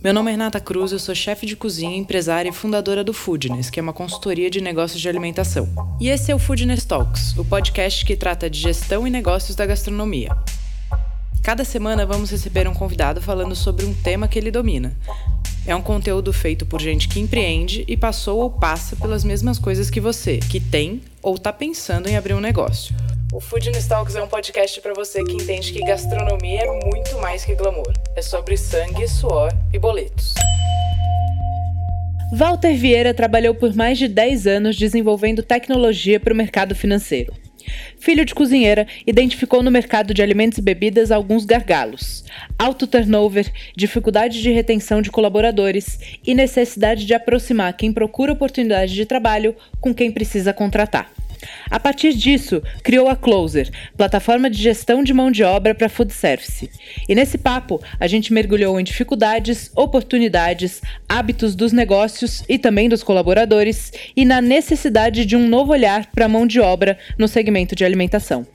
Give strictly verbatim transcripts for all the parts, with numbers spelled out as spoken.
Meu nome é Renata Cruz, eu sou chefe de cozinha, empresária e fundadora do Foodness, que é uma consultoria de negócios de alimentação. E esse é o Foodness Talks, o podcast que trata de gestão e negócios da gastronomia. Cada semana vamos receber um convidado falando sobre um tema que ele domina. É um conteúdo feito por gente que empreende e passou ou passa pelas mesmas coisas que você, que tem ou está pensando em abrir um negócio. O Foodness Talks é um podcast para você que entende que gastronomia é muito mais que glamour. É sobre sangue, suor e boletos. Walter Vieira trabalhou por mais de dez anos desenvolvendo tecnologia para o mercado financeiro. Filho de cozinheira, identificou no mercado de alimentos e bebidas alguns gargalos: alto turnover, dificuldade de retenção de colaboradores e necessidade de aproximar quem procura oportunidade de trabalho com quem precisa contratar. A partir disso, criou a Closer, plataforma de gestão de mão de obra para food service. E nesse papo, a gente mergulhou em dificuldades, oportunidades, hábitos dos negócios e também dos colaboradores e na necessidade de um novo olhar para a mão de obra no segmento de alimentação.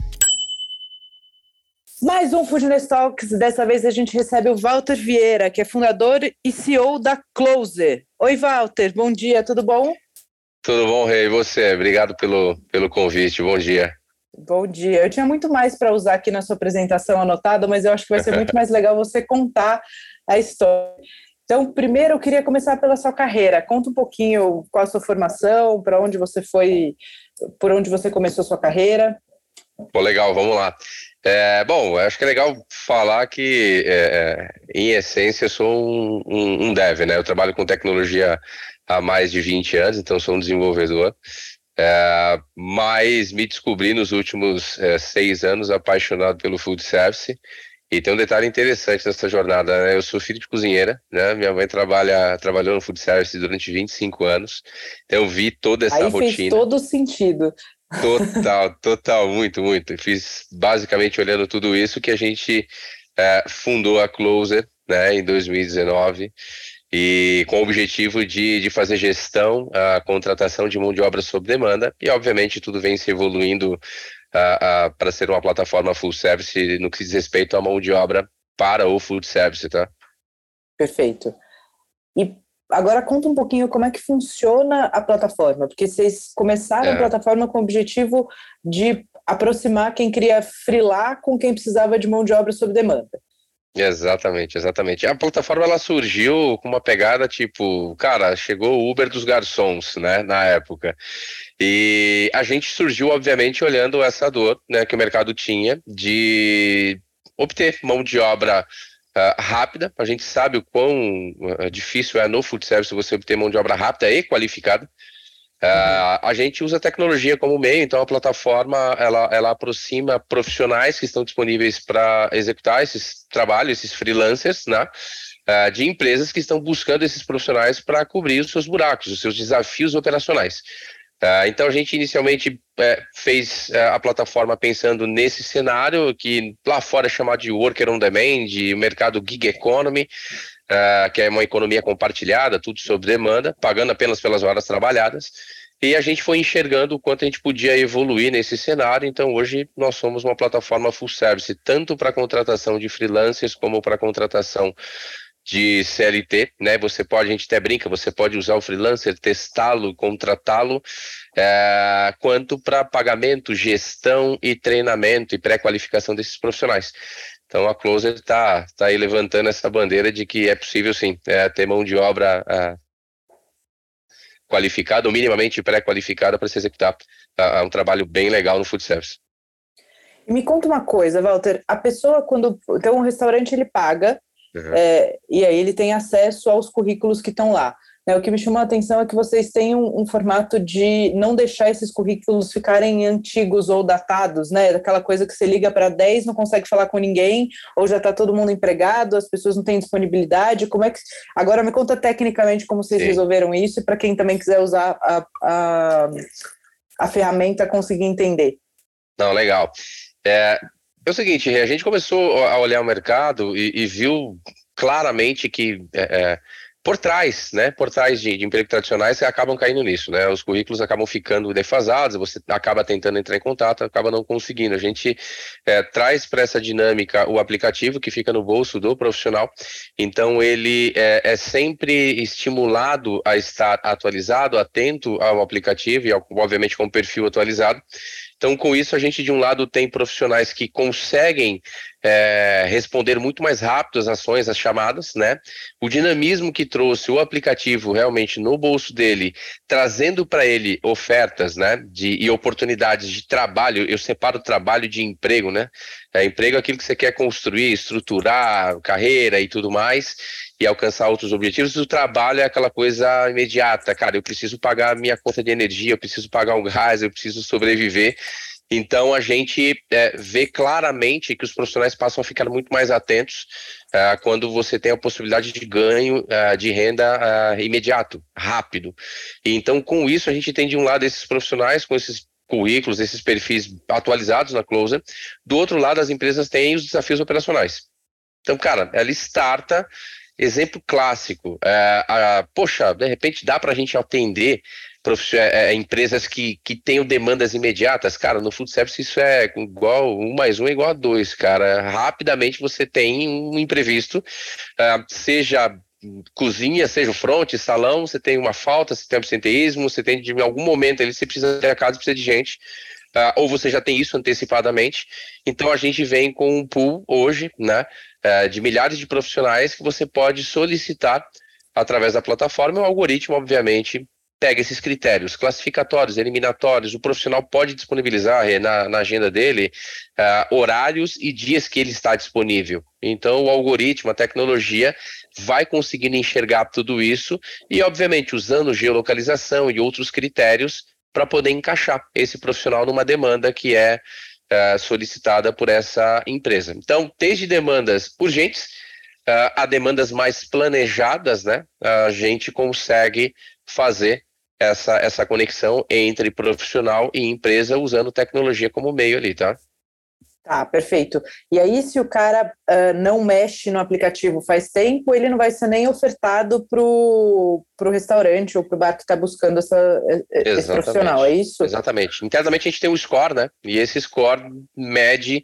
Mais um Foodness Talks, dessa vez a gente recebe o Walter Vieira, que é fundador e C E O da Closer. Oi, Walter, bom dia, tudo bom? Tudo bom, Rei? E você? Obrigado pelo, pelo convite. Bom dia. Bom dia. Eu tinha muito mais para usar aqui na sua apresentação anotada, mas eu acho que vai ser muito mais legal você contar a história. Então, primeiro eu queria começar pela sua carreira. Conta um pouquinho qual a sua formação, para onde você foi, por onde você começou a sua carreira. Pô, legal, vamos lá. É, bom, acho que é legal falar que, é, em essência, eu sou um, um, um dev, né? Eu trabalho com tecnologia há mais de vinte anos, então sou um desenvolvedor, é, mas me descobri nos últimos é, seis anos apaixonado pelo food service. E tem um detalhe interessante nessa jornada, né? Eu sou filho de cozinheira, né? Minha mãe trabalha, trabalhou no food service durante vinte e cinco anos, então eu vi toda essa Aí rotina. Aí fez todo sentido. Total, total, muito, muito. Fiz basicamente olhando tudo isso que a gente é, fundou a Closer, né, em dois mil e dezenove, e com o objetivo de, de fazer gestão, a contratação de mão de obra sob demanda, e obviamente tudo vem se evoluindo para ser uma plataforma full service no que diz respeito à mão de obra para o food service, tá? Perfeito. E agora conta um pouquinho como é que funciona a plataforma, porque vocês começaram é. a plataforma com o objetivo de aproximar quem queria freelar com quem precisava de mão de obra sob demanda. Exatamente, exatamente. A plataforma ela surgiu com uma pegada tipo, cara, chegou o Uber dos garçons, né, na época. E a gente surgiu, obviamente, olhando essa dor, né, que o mercado tinha de obter mão de obra uh, rápida. A gente sabe o quão uh, difícil é no food service você obter mão de obra rápida e qualificada. Uh, a gente usa a tecnologia como meio, então a plataforma ela, ela aproxima profissionais que estão disponíveis para executar esses trabalhos, esses freelancers, né, uh, de empresas que estão buscando esses profissionais para cobrir os seus buracos, os seus desafios operacionais. Uh, então a gente inicialmente uh, fez uh, a plataforma pensando nesse cenário que lá fora é chamado de Worker on Demand, o mercado Gig Economy, Uh, que é uma economia compartilhada, tudo sob demanda, pagando apenas pelas horas trabalhadas, e a gente foi enxergando o quanto a gente podia evoluir nesse cenário. Então hoje nós somos uma plataforma full service, tanto para contratação de freelancers como para contratação de C L T, né? Você pode, a gente até brinca, você pode usar o freelancer, testá-lo, contratá-lo, é, quanto para pagamento, gestão e treinamento e pré-qualificação desses profissionais. Então a Closer está tá aí levantando essa bandeira de que é possível sim é, ter mão de obra é, qualificada ou minimamente pré-qualificada para se executar é, um trabalho bem legal no food service. Me conta uma coisa, Walter, a pessoa quando tem um restaurante ele paga, uhum. é, e aí ele tem acesso aos currículos que estão lá. É, o que me chamou a atenção é que vocês têm um, um formato de não deixar esses currículos ficarem antigos ou datados, né? Aquela coisa que você liga para dez, não consegue falar com ninguém, ou já está todo mundo empregado, as pessoas não têm disponibilidade. Como é que... Agora me conta tecnicamente como vocês Sim. resolveram isso, e para quem também quiser usar a, a, a ferramenta conseguir entender. Não, legal. É, é o seguinte, a gente começou a olhar o mercado e, e viu claramente que... É, por trás, né, por trás de, de emprego tradicionais que acabam caindo nisso, né, os currículos acabam ficando defasados, você acaba tentando entrar em contato, acaba não conseguindo. A gente é, traz para essa dinâmica o aplicativo que fica no bolso do profissional, então ele é, é sempre estimulado a estar atualizado, atento ao aplicativo e ao, obviamente com o perfil atualizado. Então, com isso, a gente, de um lado, tem profissionais que conseguem é, responder muito mais rápido às ações, às chamadas, né? O dinamismo que trouxe o aplicativo realmente no bolso dele, trazendo para ele ofertas, né? De, e oportunidades de trabalho. Eu separo trabalho de emprego, né? É, emprego é aquilo que você quer construir, estruturar, carreira e tudo mais, e alcançar outros objetivos. O trabalho é aquela coisa imediata. Cara, eu preciso pagar a minha conta de energia, eu preciso pagar um gás, eu preciso sobreviver. Então, a gente é, vê claramente que os profissionais passam a ficar muito mais atentos é, quando você tem a possibilidade de ganho é, de renda é, imediato, rápido. E, então, com isso, a gente tem de um lado esses profissionais com esses currículos, esses perfis atualizados na Closer. Do outro lado, as empresas têm os desafios operacionais. Então, cara, ela starta, exemplo clássico, é, a, poxa, de repente dá para a gente atender É, é, empresas que, que tenham demandas imediatas. Cara, no food service isso é igual, um mais um é igual a dois, cara. Rapidamente você tem um imprevisto, uh, seja cozinha, seja o front, salão, você tem uma falta, você tem absenteísmo, você tem de em algum momento ali você precisa ter a casa, precisa de gente, uh, ou você já tem isso antecipadamente. Então a gente vem com um pool hoje, né, uh, de milhares de profissionais que você pode solicitar através da plataforma. O algoritmo, obviamente, pega esses critérios classificatórios, eliminatórios. O profissional pode disponibilizar na, na agenda dele uh, horários e dias que ele está disponível. Então o algoritmo, a tecnologia vai conseguindo enxergar tudo isso e, obviamente, usando geolocalização e outros critérios para poder encaixar esse profissional numa demanda que é uh, solicitada por essa empresa. Então, desde demandas urgentes uh, a demandas mais planejadas, né, a gente consegue fazer essa, essa conexão entre profissional e empresa usando tecnologia como meio ali, tá? Tá, perfeito. E aí, se o cara uh, não mexe no aplicativo faz tempo, ele não vai ser nem ofertado pro, pro restaurante ou pro bar que está buscando essa, esse profissional, é isso? Exatamente. Internamente a gente tem um score, né? E esse score mede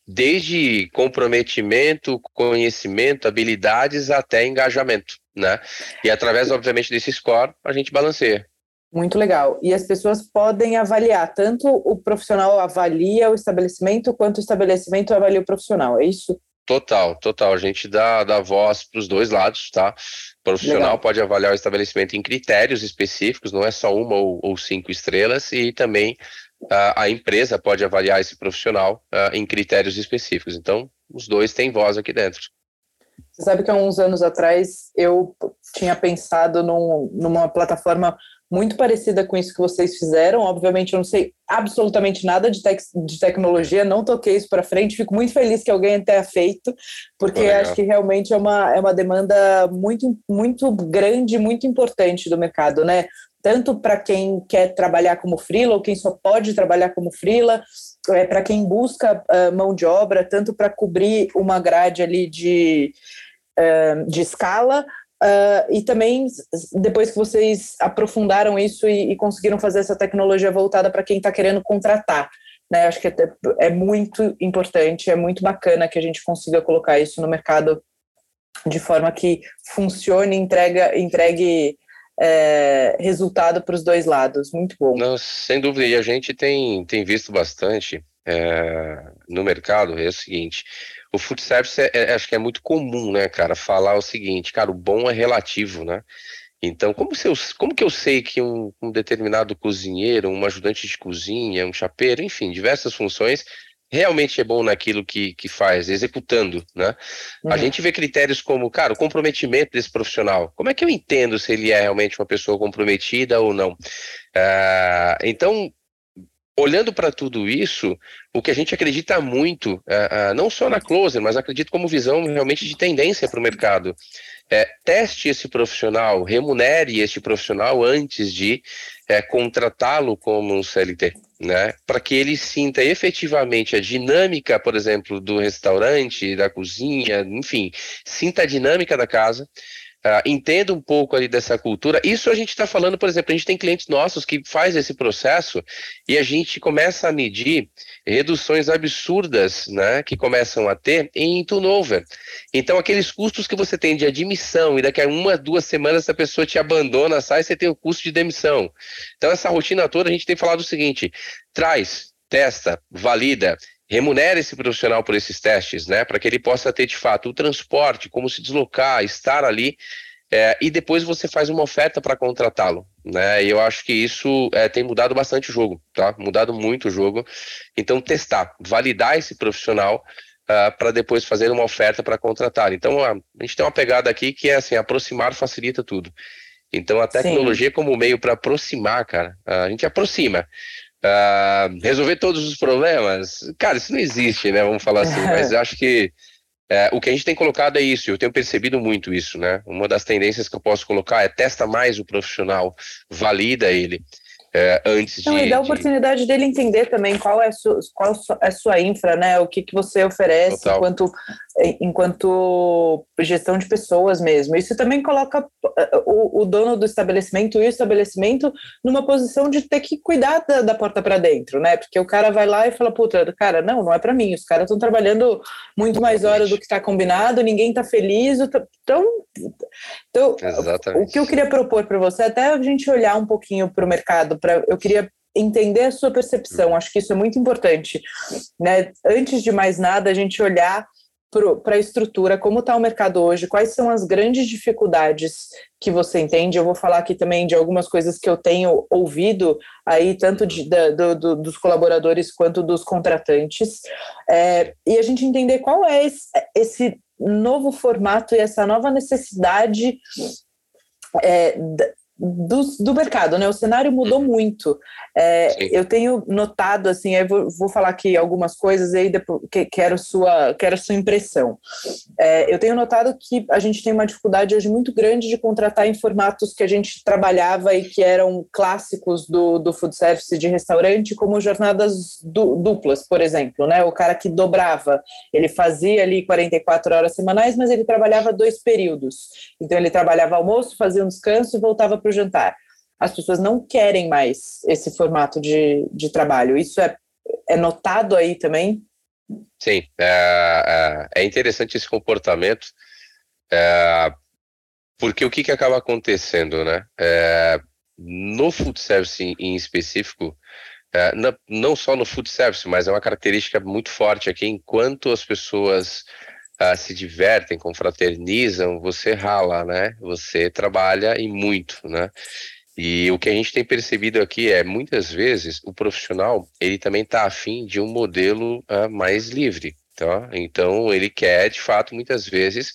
desde comprometimento, conhecimento, habilidades até engajamento, né? E através, obviamente, desse score, a gente balanceia. Muito legal. E as pessoas podem avaliar, tanto o profissional avalia o estabelecimento, quanto o estabelecimento avalia o profissional, é isso? Total, total. A gente dá, dá voz para os dois lados, tá? O profissional legal. Pode avaliar o estabelecimento em critérios específicos, não é só uma ou, ou cinco estrelas, e também uh, a empresa pode avaliar esse profissional uh, em critérios específicos. Então, os dois têm voz aqui dentro. Você sabe que há uns anos atrás eu tinha pensado num, numa plataforma muito parecida com isso que vocês fizeram. Obviamente eu não sei absolutamente nada de, tec- de tecnologia, não toquei isso para frente, fico muito feliz que alguém tenha feito, porque oh, acho que realmente é uma, é uma demanda muito, muito grande, muito importante do mercado, né? Tanto para quem quer trabalhar como freela, ou quem só pode trabalhar como freela, é, para quem busca uh, mão de obra, tanto para cobrir uma grade ali de, uh, de escala, Uh, e também, depois que vocês aprofundaram isso e, e conseguiram fazer essa tecnologia voltada para quem está querendo contratar, né? Acho que é, é muito importante, é muito bacana que a gente consiga colocar isso no mercado de forma que funcione e entrega, entregue é, resultado para os dois lados. Muito bom. Não, sem dúvida, e a gente tem, tem visto bastante é, no mercado, é o seguinte... O food service, é, é, acho que é muito comum, né, cara, falar o seguinte, cara, o bom é relativo, né? Então, como, se eu, como que eu sei que um, um determinado cozinheiro, um ajudante de cozinha, um chapeiro, enfim, diversas funções, realmente é bom naquilo que, que faz, executando, né? Uhum. A gente vê critérios como, cara, o comprometimento desse profissional. Como é que eu entendo se ele é realmente uma pessoa comprometida ou não? Uh, então... Olhando para tudo isso, o que a gente acredita muito, uh, uh, não só na Closer, mas acredito como visão realmente de tendência para o mercado, é, teste esse profissional, remunere este profissional antes de é, contratá-lo como um C L T, né? Para que ele sinta efetivamente a dinâmica, por exemplo, do restaurante, da cozinha, enfim, sinta a dinâmica da casa, Uh, entenda um pouco ali dessa cultura. Isso a gente está falando, por exemplo, a gente tem clientes nossos que faz esse processo e a gente começa a medir reduções absurdas, né, que começam a ter em turnover. Então, aqueles custos que você tem de admissão e daqui a uma, duas semanas a pessoa te abandona, sai, você tem o custo de demissão. Então, essa rotina toda a gente tem falado o seguinte: traz, testa, valida, remunera esse profissional por esses testes, né, para que ele possa ter de fato o transporte, como se deslocar, estar ali, é, e depois você faz uma oferta para contratá-lo, né? E eu acho que isso é, tem mudado bastante o jogo, tá? Mudado muito o jogo. Então, testar, validar esse profissional uh, para depois fazer uma oferta para contratar. Então, a, a gente tem uma pegada aqui que é assim: aproximar facilita tudo. Então, a tecnologia Sim. como meio para aproximar, cara, a gente aproxima. Uh, resolver todos os problemas, cara, isso não existe, né? Vamos falar assim, mas eu acho que é, o que a gente tem colocado é isso, eu tenho percebido muito isso, né? Uma das tendências que eu posso colocar é: testa mais o profissional, valida ele. É, antes Não, de, e dá a de... oportunidade dele entender também qual é a sua, qual é a sua infra, né? O que, que você oferece enquanto, enquanto gestão de pessoas mesmo. Isso também coloca o, o dono do estabelecimento e o estabelecimento numa posição de ter que cuidar da, da porta para dentro, né? Porque o cara vai lá e fala: puta, cara, não, não é para mim. Os caras estão trabalhando muito mais horas do que está combinado, ninguém está feliz. Então, então o que eu queria propor para você é até a gente olhar um pouquinho para o mercado. Pra, eu queria entender a sua percepção, acho que isso é muito importante, né? Antes de mais nada, a gente olhar para a estrutura, como está o mercado hoje, quais são as grandes dificuldades que você entende. Eu vou falar aqui também de algumas coisas que eu tenho ouvido aí, tanto de, da, do, do, dos colaboradores quanto dos contratantes, é, e a gente entender qual é esse, esse novo formato e essa nova necessidade é, Do, do mercado, né? O cenário mudou muito. É, eu tenho notado, assim, eu vou, vou falar aqui algumas coisas aí, depois, que, quero, sua, quero sua impressão. É, eu tenho notado que a gente tem uma dificuldade hoje muito grande de contratar em formatos que a gente trabalhava e que eram clássicos do, do food service de restaurante, como jornadas du, duplas, por exemplo, né? O cara que dobrava, ele fazia ali quarenta e quatro horas semanais, mas ele trabalhava dois períodos. Então ele trabalhava almoço, fazia um descanso e voltava para o jantar. As pessoas não querem mais esse formato de, de trabalho. Isso é, é notado aí também? Sim, é, é interessante esse comportamento, é, porque o que, que acaba acontecendo, né? É, no food service em, em específico, é, não, não só no food service, mas é uma característica muito forte aqui: enquanto as pessoas Uh, se divertem, confraternizam, você rala, né? Você trabalha e muito, né? E o que a gente tem percebido aqui é, muitas vezes, o profissional, ele também está afim de um modelo uh, mais livre, tá? Então, ele quer, de fato, muitas vezes,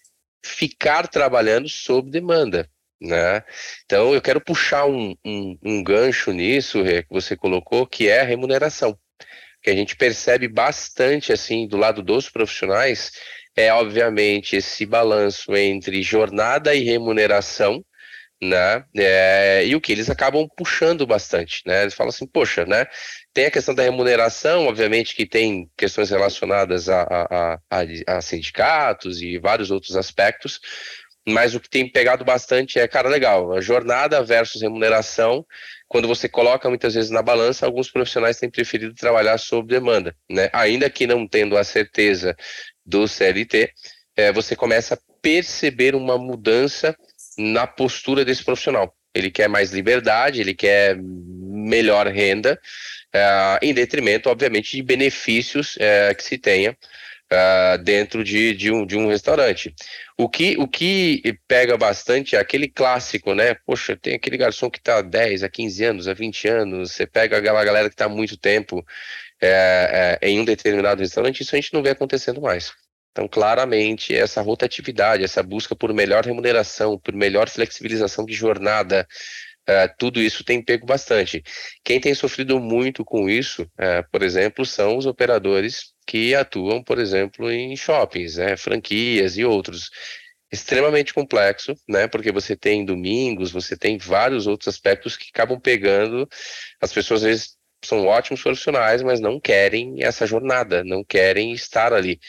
ficar trabalhando sob demanda, né? Então, eu quero puxar um, um, um gancho nisso, Rê, que você colocou, que é a remuneração. Que a gente percebe bastante, assim, do lado dos profissionais, é obviamente esse balanço entre jornada e remuneração, né? É, e o que eles acabam puxando bastante, né? Eles falam assim: poxa, né? Tem a questão da remuneração, obviamente que tem questões relacionadas a, a, a, a sindicatos e vários outros aspectos, mas o que tem pegado bastante é, cara, legal, a jornada versus remuneração. Quando você coloca muitas vezes na balança, alguns profissionais têm preferido trabalhar sob demanda, né? Ainda que não tendo a certeza do C L T, é, você começa a perceber uma mudança na postura desse profissional. Ele quer mais liberdade, ele quer melhor renda, é, em detrimento, obviamente, de benefícios é, que se tenha Uh, dentro de, de, um, de um restaurante. O que, o que pega bastante é aquele clássico, né? Poxa, tem aquele garçom que está há dez, a quinze anos, a vinte anos, você pega aquela galera que está há muito tempo é, é, em um determinado restaurante, isso a gente não vê acontecendo mais. Então, claramente, essa rotatividade, essa busca por melhor remuneração, por melhor flexibilização de jornada, Uh, tudo isso tem pego bastante. Quem tem sofrido muito com isso, uh, por exemplo, são os operadores que atuam, por exemplo, em shoppings, né, franquias e outros. Extremamente complexo, né, porque você tem domingos, você tem vários outros aspectos que acabam pegando. As pessoas, às vezes, são ótimos profissionais, mas não querem essa jornada, não querem estar ali.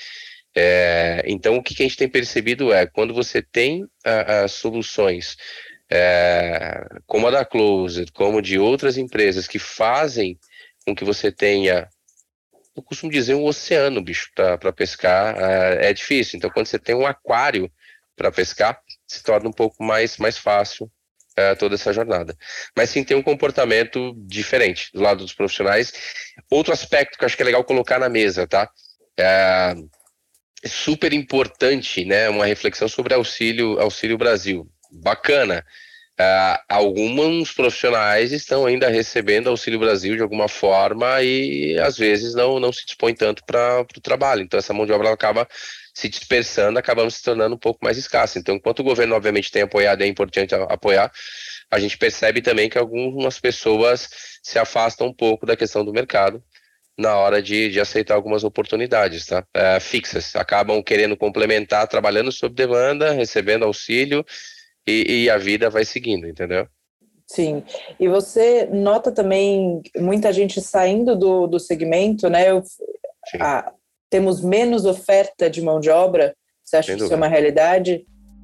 É, então, o que, que a gente tem percebido é, quando você tem as soluções, é, como a da Closer, como de outras empresas que fazem com que você tenha, eu costumo dizer, um oceano, bicho, para pescar, é, é difícil. Então, quando você tem um aquário para pescar, se torna um pouco mais, mais fácil é, toda essa jornada. Mas sim, tem um comportamento diferente do lado dos profissionais. Outro aspecto que eu acho que é legal colocar na mesa, tá? É, é super importante, né? Uma reflexão sobre auxílio, auxílio Brasil. Bacana. Uh, alguns profissionais estão ainda recebendo Auxílio Brasil de alguma forma e às vezes não, não se dispõe tanto para o trabalho. Então essa mão de obra ela acaba se dispersando, acabamos se tornando um pouco mais escassa. Então, enquanto o governo obviamente tem apoiado, é importante apoiar, a gente percebe também que algumas pessoas se afastam um pouco da questão do mercado na hora de, de aceitar algumas oportunidades, tá? Uh, fixas, acabam querendo complementar, trabalhando sob demanda, recebendo auxílio, E, e a vida vai seguindo, entendeu? Sim, e você nota também muita gente saindo do, do segmento, né? Eu, a, temos menos oferta de mão de obra, você acha que isso é uma realidade?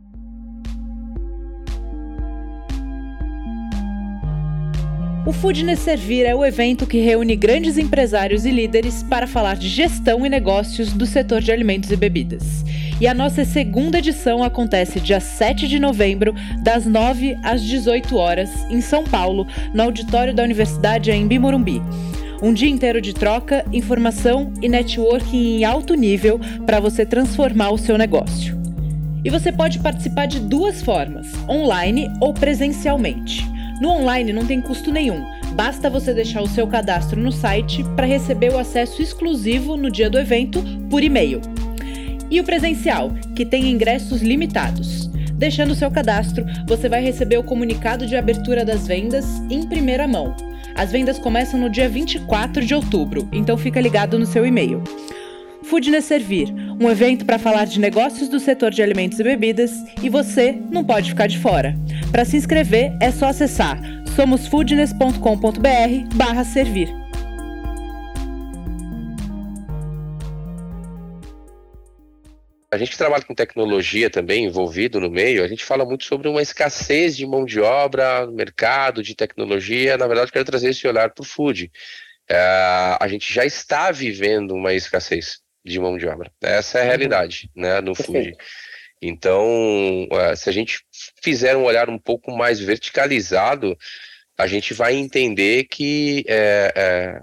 O Foodness Servir é o evento que reúne grandes empresários e líderes para falar de gestão e negócios do setor de alimentos e bebidas. E a nossa segunda edição acontece dia sete de novembro, das nove às dezoito horas, em São Paulo, no auditório da Universidade Anhembi Morumbi. Um dia inteiro de troca, informação e networking em alto nível para você transformar o seu negócio. E você pode participar de duas formas, online ou presencialmente. No online não tem custo nenhum, basta você deixar o seu cadastro no site para receber o acesso exclusivo no dia do evento por e-mail. E o presencial, que tem ingressos limitados. Deixando o seu cadastro, você vai receber o comunicado de abertura das vendas em primeira mão. As vendas começam no dia vinte e quatro de outubro, então fica ligado no seu e-mail. Foodness Servir, um evento para falar de negócios do setor de alimentos e bebidas, e você não pode ficar de fora. Para se inscrever, é só acessar somosfoodness ponto com ponto b r barra servir. A gente que trabalha com tecnologia também, envolvido no meio, a gente fala muito sobre uma escassez de mão de obra no mercado de tecnologia. Na verdade, eu quero trazer esse olhar para o food. Uh, a gente já está vivendo uma escassez de mão de obra. Essa é a realidade, uhum. né, no food. Então, uh, se a gente fizer um olhar um pouco mais verticalizado, a gente vai entender que está é, é,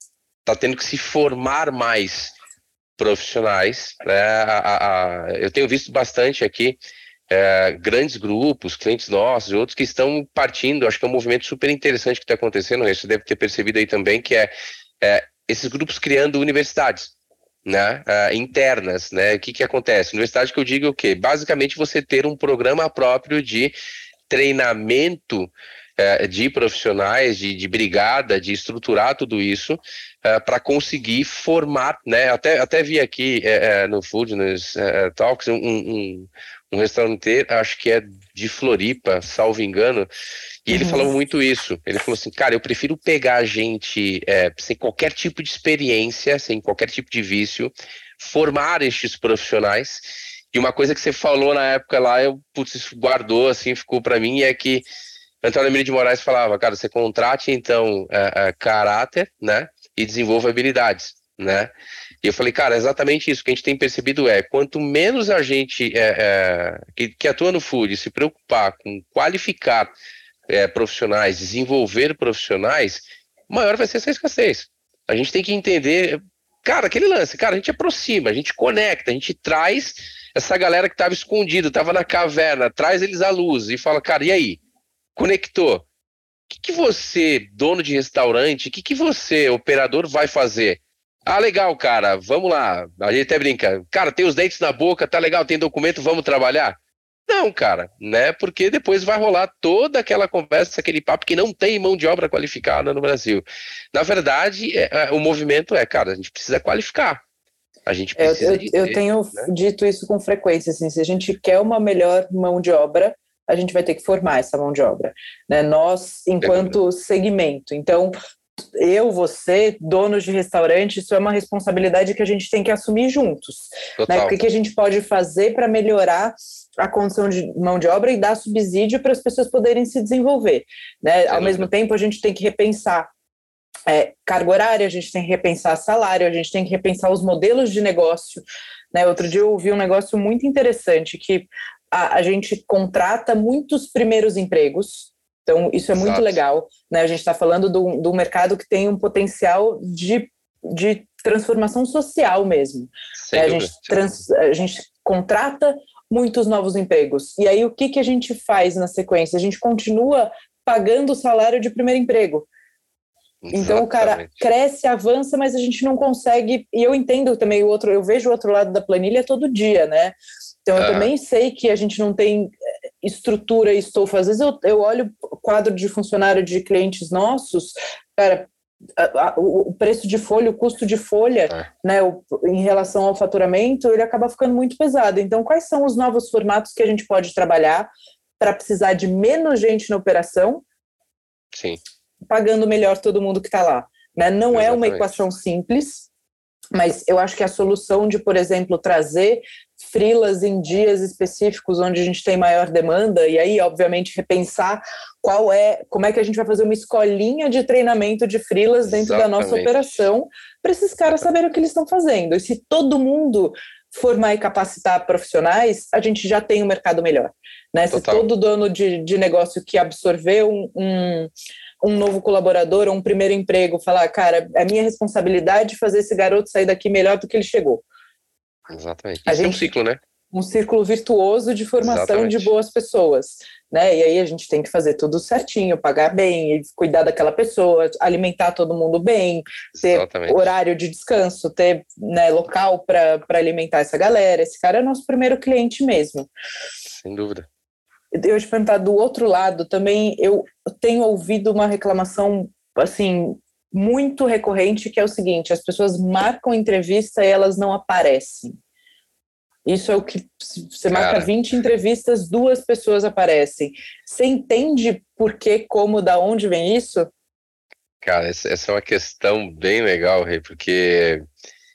tá tendo que se formar mais profissionais, né? a, a, a, eu tenho visto bastante aqui é, grandes grupos, clientes nossos e outros que estão partindo, acho que é um movimento super interessante que está acontecendo, você deve ter percebido aí também, que é, é esses grupos criando universidades, né, é, internas, né, o que que acontece? Universidade que eu digo é o quê? Basicamente você ter um programa próprio de treinamento É, de profissionais, de, de brigada, de estruturar tudo isso é, para conseguir formar, né? Até, até vi aqui é, é, no Foodness é, Talks um, um, um restaurante, acho que é de Floripa, salvo engano, e uhum. ele falou muito isso. Ele falou assim, cara, eu prefiro pegar gente é, sem qualquer tipo de experiência, sem qualquer tipo de vício, formar estes profissionais. E uma coisa que você falou na época lá, eu, putz, isso guardou, assim, ficou para mim, é que Antônio Emílio de Moraes falava, cara, você contrate, então, é, é, caráter, né, e desenvolva habilidades, né, e eu falei, cara, exatamente isso que a gente tem percebido é, quanto menos a gente é, é, que, que atua no food se preocupar com qualificar é, profissionais, desenvolver profissionais, maior vai ser essa escassez. A gente tem que entender, cara, aquele lance, cara, a gente aproxima, a gente conecta, a gente traz essa galera que estava escondida, estava na caverna, traz eles à luz e fala, cara, e aí? Conectou. O que, que você, dono de restaurante, o que, que você, operador, vai fazer? Ah, legal, cara, vamos lá. A gente até brinca. Cara, tem os dentes na boca, tá legal, tem documento, vamos trabalhar? Não, cara, né? Porque depois vai rolar toda aquela conversa, aquele papo que não tem mão de obra qualificada no Brasil. Na verdade, é, é, o movimento é, cara, a gente precisa qualificar. A gente precisa eu, eu, eu tenho né? dito isso com frequência, assim, se a gente quer uma melhor mão de obra, a gente vai ter que formar essa mão de obra, né? Nós, enquanto segmento. Então, eu, você, donos de restaurante, isso é uma responsabilidade que a gente tem que assumir juntos. Né? O que, que a gente pode fazer para melhorar a condição de mão de obra e dar subsídio para as pessoas poderem se desenvolver. Né? Ao mesmo tempo, a gente tem que repensar é, carga horária, a gente tem que repensar salário, a gente tem que repensar os modelos de negócio. Né? Outro dia eu ouvi um negócio muito interessante, que a, a gente contrata muitos primeiros empregos. Então, isso é muito Exato. legal, né? A gente está falando do, do mercado que tem um potencial de, de transformação social mesmo. Né? A, gente trans, a gente contrata muitos novos empregos. E aí, o que, que a gente faz na sequência? A gente continua pagando o salário de primeiro emprego. Exatamente. Então, o cara cresce, avança, mas a gente não consegue... E eu entendo também o outro... Eu vejo o outro lado da planilha todo dia, né? Então, eu ah. também sei que a gente não tem estrutura e estofa. Às vezes eu, eu olho o quadro de funcionário de clientes nossos, cara, a, a, o preço de folha, o custo de folha, ah. né, o, em relação ao faturamento, ele acaba ficando muito pesado. Então, quais são os novos formatos que a gente pode trabalhar para precisar de menos gente na operação, Sim. pagando melhor todo mundo que está lá? Né? Não Exatamente. É uma equação simples, mas eu acho que a solução de, por exemplo, trazer freelas em dias específicos onde a gente tem maior demanda, e aí, obviamente, repensar qual é, como é que a gente vai fazer uma escolinha de treinamento de freelas dentro Exatamente. Da nossa operação, para esses caras saberem o que eles estão fazendo. E se todo mundo formar e capacitar profissionais, a gente já tem um mercado melhor. Né? Se todo dono de, de negócio que absorveu um, um um novo colaborador ou um primeiro emprego, falar, cara, é minha responsabilidade fazer esse garoto sair daqui melhor do que ele chegou. Exatamente. Isso é um ciclo, né? Um círculo virtuoso de formação Exatamente. De boas pessoas, né? E aí a gente tem que fazer tudo certinho, pagar bem, cuidar daquela pessoa, alimentar todo mundo bem, ter Exatamente. Horário de descanso, ter, né, local para alimentar essa galera. Esse cara é nosso primeiro cliente mesmo. Sem dúvida. Eu ia te perguntar, do outro lado, também eu tenho ouvido uma reclamação, assim, muito recorrente, que é o seguinte: as pessoas marcam entrevista e elas não aparecem. Isso é o que, você Cara. Marca vinte entrevistas, duas pessoas aparecem. Você entende por que, como, da onde vem isso? Cara, essa é uma questão bem legal, Rei, porque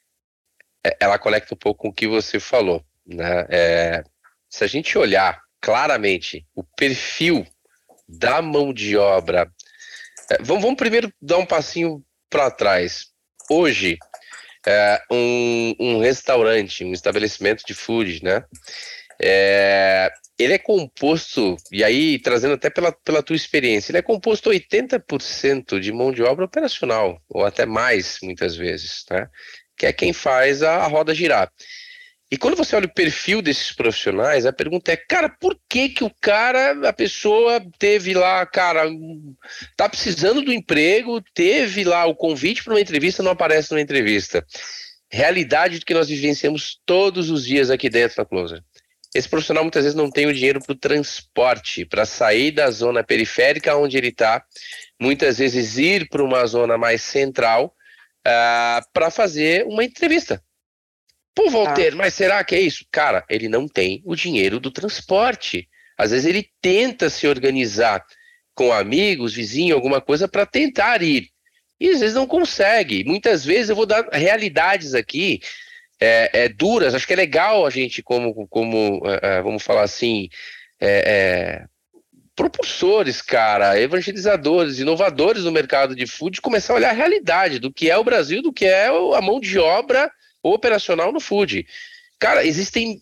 ela conecta um pouco com o que você falou, né? É, se a gente olhar claramente o perfil da mão de obra, é, vamos, vamos primeiro dar um passinho para trás. Hoje, é, um, um restaurante, um estabelecimento de food, né? É, ele é composto, e aí trazendo até pela, pela tua experiência, ele é composto oitenta por cento de mão de obra operacional, ou até mais, muitas vezes, né? Que é quem faz a, a roda girar. E quando você olha o perfil desses profissionais, a pergunta é, cara, por que que o cara, a pessoa teve lá, cara, tá precisando do emprego, teve lá o convite para uma entrevista, não aparece numa entrevista. Realidade do que nós vivenciamos todos os dias aqui dentro da Closer. Esse profissional muitas vezes não tem o dinheiro para o transporte, para sair da zona periférica onde ele está, muitas vezes ir para uma zona mais central uh, para fazer uma entrevista. Pô, Walter, ah. mas será que é isso? Cara, ele não tem o dinheiro do transporte. Às vezes ele tenta se organizar com amigos, vizinho, alguma coisa para tentar ir. E às vezes não consegue. Muitas vezes eu vou dar realidades aqui é, é, duras. Acho que é legal a gente, como, como é, vamos falar assim, é, é, propulsores, cara, evangelizadores, inovadores no mercado de food, começar a olhar a realidade do que é o Brasil, do que é a mão de obra operacional no food. Cara, existem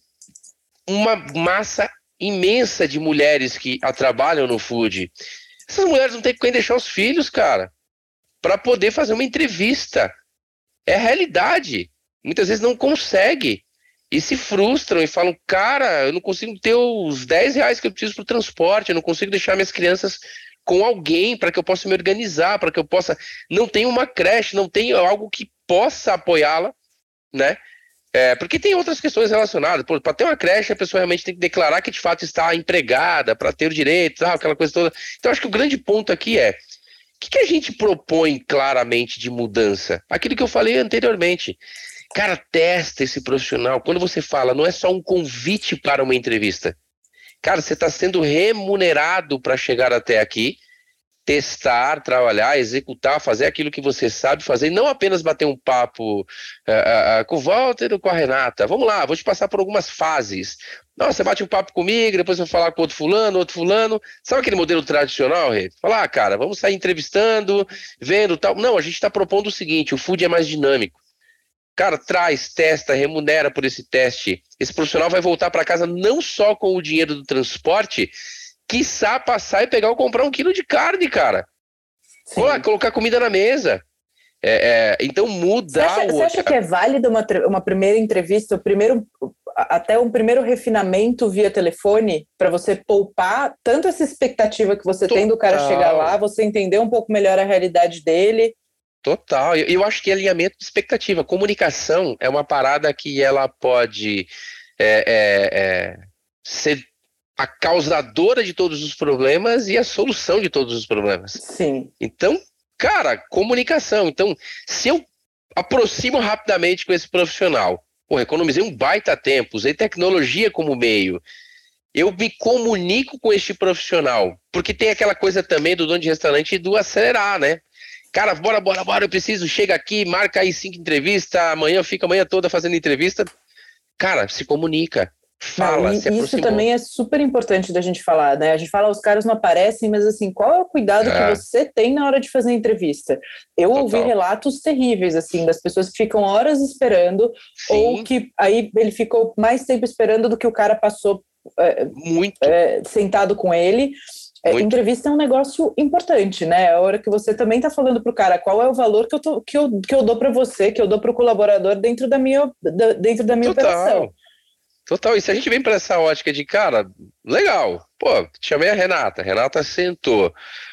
uma massa imensa de mulheres que a trabalham no food. Essas mulheres não têm com quem deixar os filhos, cara, para poder fazer uma entrevista. É a realidade. Muitas vezes não consegue e se frustram e falam, cara, eu não consigo ter os dez reais que eu preciso para o transporte, eu não consigo deixar minhas crianças com alguém para que eu possa me organizar, para que eu possa... Não tem uma creche, não tem algo que possa apoiá-la, né? É, porque tem outras questões relacionadas. Para ter uma creche, a pessoa realmente tem que declarar que de fato está empregada para ter o direito, ah, aquela coisa toda. Então, acho que o grande ponto aqui é: o que, que a gente propõe claramente de mudança? Aquilo que eu falei anteriormente. Cara, testa esse profissional. Quando você fala, não é só um convite para uma entrevista. Cara, você está sendo remunerado para chegar até aqui. testar, trabalhar, executar, fazer aquilo que você sabe fazer, e não apenas bater um papo uh, uh, uh, com o Walter ou com a Renata. Vamos lá, vou te passar por algumas fases. Não, você bate um papo comigo, depois eu vou falar com outro fulano, outro fulano. Sabe aquele modelo tradicional, Rê? Falar, ah, cara, vamos sair entrevistando, vendo tal. Não, a gente está propondo o seguinte, o Food é mais dinâmico. Cara, traz, testa, remunera por esse teste. Esse profissional vai voltar para casa não só com o dinheiro do transporte, quiçá passar e pegar ou comprar um quilo de carne, cara. Pô, colocar comida na mesa. É, é, então mudar você acha, o... Você acha que é válido uma, uma primeira entrevista, o primeiro, até um primeiro refinamento via telefone, para você poupar tanto essa expectativa que você Total. Tem do cara chegar lá, você entender um pouco melhor a realidade dele? Total. Eu, eu acho que alinhamento de expectativa. Comunicação é uma parada que ela pode é, é, é, ser a causadora de todos os problemas e a solução de todos os problemas. Sim. Então, cara, comunicação. Então, se eu aproximo rapidamente com esse profissional, pô, economizei um baita tempo, usei tecnologia como meio, eu me comunico com este profissional, porque tem aquela coisa também do dono de restaurante do acelerar, né? Cara, bora, bora, bora, eu preciso, chega aqui, marca aí cinco entrevistas, amanhã fica a manhã toda fazendo entrevista. Cara, se comunica. Fala, não, se isso também é super importante da gente falar, né? A gente fala, os caras não aparecem, mas assim, qual é o cuidado é. que você tem na hora de fazer a entrevista? Eu Total. ouvi relatos terríveis, assim, das pessoas que ficam horas esperando, Sim. ou que aí ele ficou mais tempo esperando do que o cara passou é, Muito. É, sentado com ele. É, entrevista é um negócio importante, né? A hora que você também tá falando pro cara qual é o valor que eu, tô, que eu, que eu dou para você, que eu dou pro colaborador dentro da minha, da, dentro da minha Total. operação. Total, e se a gente vem para essa ótica de, cara, legal, pô, chamei a Renata, a Renata sentou,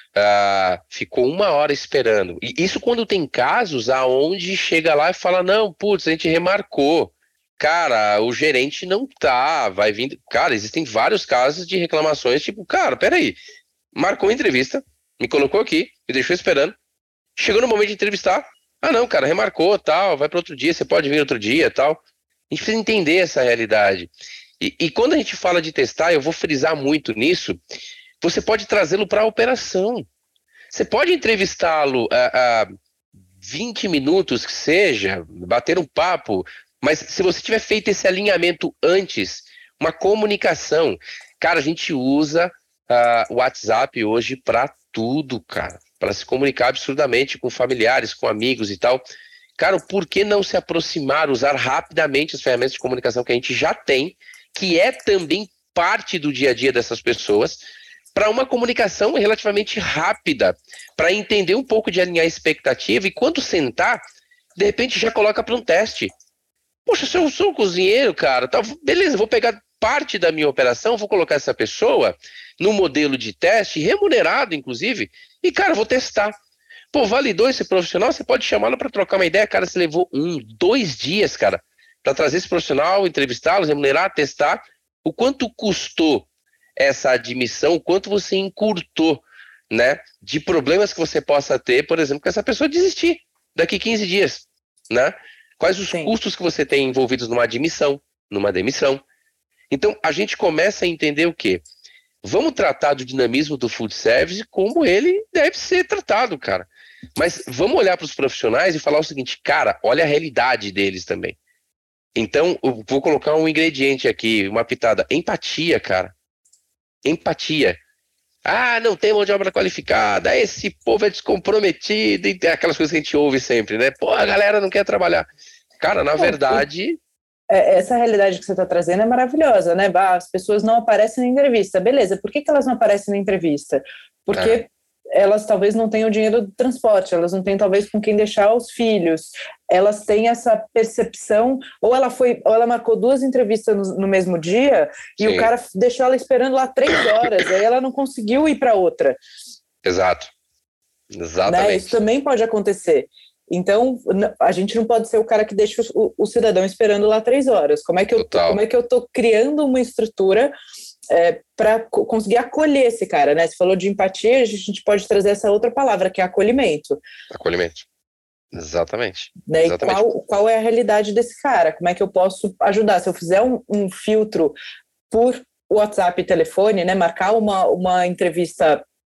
uh, ficou uma hora esperando, e isso quando tem casos aonde chega lá e fala, não, putz, a gente remarcou, cara, o gerente não tá, vai vir, cara, existem vários casos de reclamações, tipo, cara, peraí, marcou a entrevista, me colocou aqui, me deixou esperando, chegou no momento de entrevistar, ah não, cara, remarcou, tal, vai para outro dia, você pode vir outro dia, tal. A gente precisa entender essa realidade. E, e quando a gente fala de testar, eu vou frisar muito nisso, você pode trazê-lo para a operação. Você pode entrevistá-lo a, a vinte minutos que seja, bater um papo, mas se você tiver feito esse alinhamento antes, uma comunicação, cara, a gente usa uh, o WhatsApp hoje para tudo, cara, para se comunicar absurdamente com familiares, com amigos e tal. Cara, por que não se aproximar, usar rapidamente as ferramentas de comunicação que a gente já tem, que é também parte do dia a dia dessas pessoas, para uma comunicação relativamente rápida, para entender um pouco de alinhar a expectativa, e quando sentar, de repente já coloca para um teste. Poxa, se eu sou um cozinheiro, cara, tá, beleza, vou pegar parte da minha operação, vou colocar essa pessoa no modelo de teste, remunerado inclusive, e cara, vou testar. Pô, validou esse profissional, você pode chamá-lo para trocar uma ideia, cara, você levou um, dois dias, cara, para trazer esse profissional, entrevistá-lo, remunerar, testar, o quanto custou essa admissão, o quanto você encurtou, né, de problemas que você possa ter, por exemplo, que essa pessoa desistir daqui quinze dias, né? Quais os Sim. custos que você tem envolvidos numa admissão, numa demissão. Então, a gente começa a entender o quê? Vamos tratar do dinamismo do food service como ele deve ser tratado, cara. Mas vamos olhar para os profissionais e falar o seguinte, cara, olha a realidade deles também. Então, eu vou colocar um ingrediente aqui, uma pitada. Empatia, cara. Empatia. Ah, não tem mão de obra qualificada, esse povo é descomprometido, e aquelas coisas que a gente ouve sempre, né? Pô, a galera não quer trabalhar. Cara, na verdade... Essa realidade que você está trazendo é maravilhosa, né? As pessoas não aparecem na entrevista. Beleza, por que, que elas não aparecem na entrevista? Porque é. elas talvez não tenham dinheiro do transporte, elas não têm talvez com quem deixar os filhos, elas têm essa percepção, ou ela foi, ou ela marcou duas entrevistas no, no mesmo dia, e Sim. o cara deixou ela esperando lá três horas, aí ela não conseguiu ir para outra. Exato. Exatamente. Né? Isso também pode acontecer. Então, a gente não pode ser o cara que deixa o, o cidadão esperando lá três horas. Como é que eu, como é que eu tô criando uma estrutura é, para conseguir acolher esse cara, né? Você falou de empatia, a gente pode trazer essa outra palavra, que é acolhimento. Acolhimento. Exatamente. Né? Exatamente. E qual, qual é a realidade desse cara? Como é que eu posso ajudar? Se eu fizer um, um filtro por WhatsApp e telefone, né? Marcar uma, uma entrevista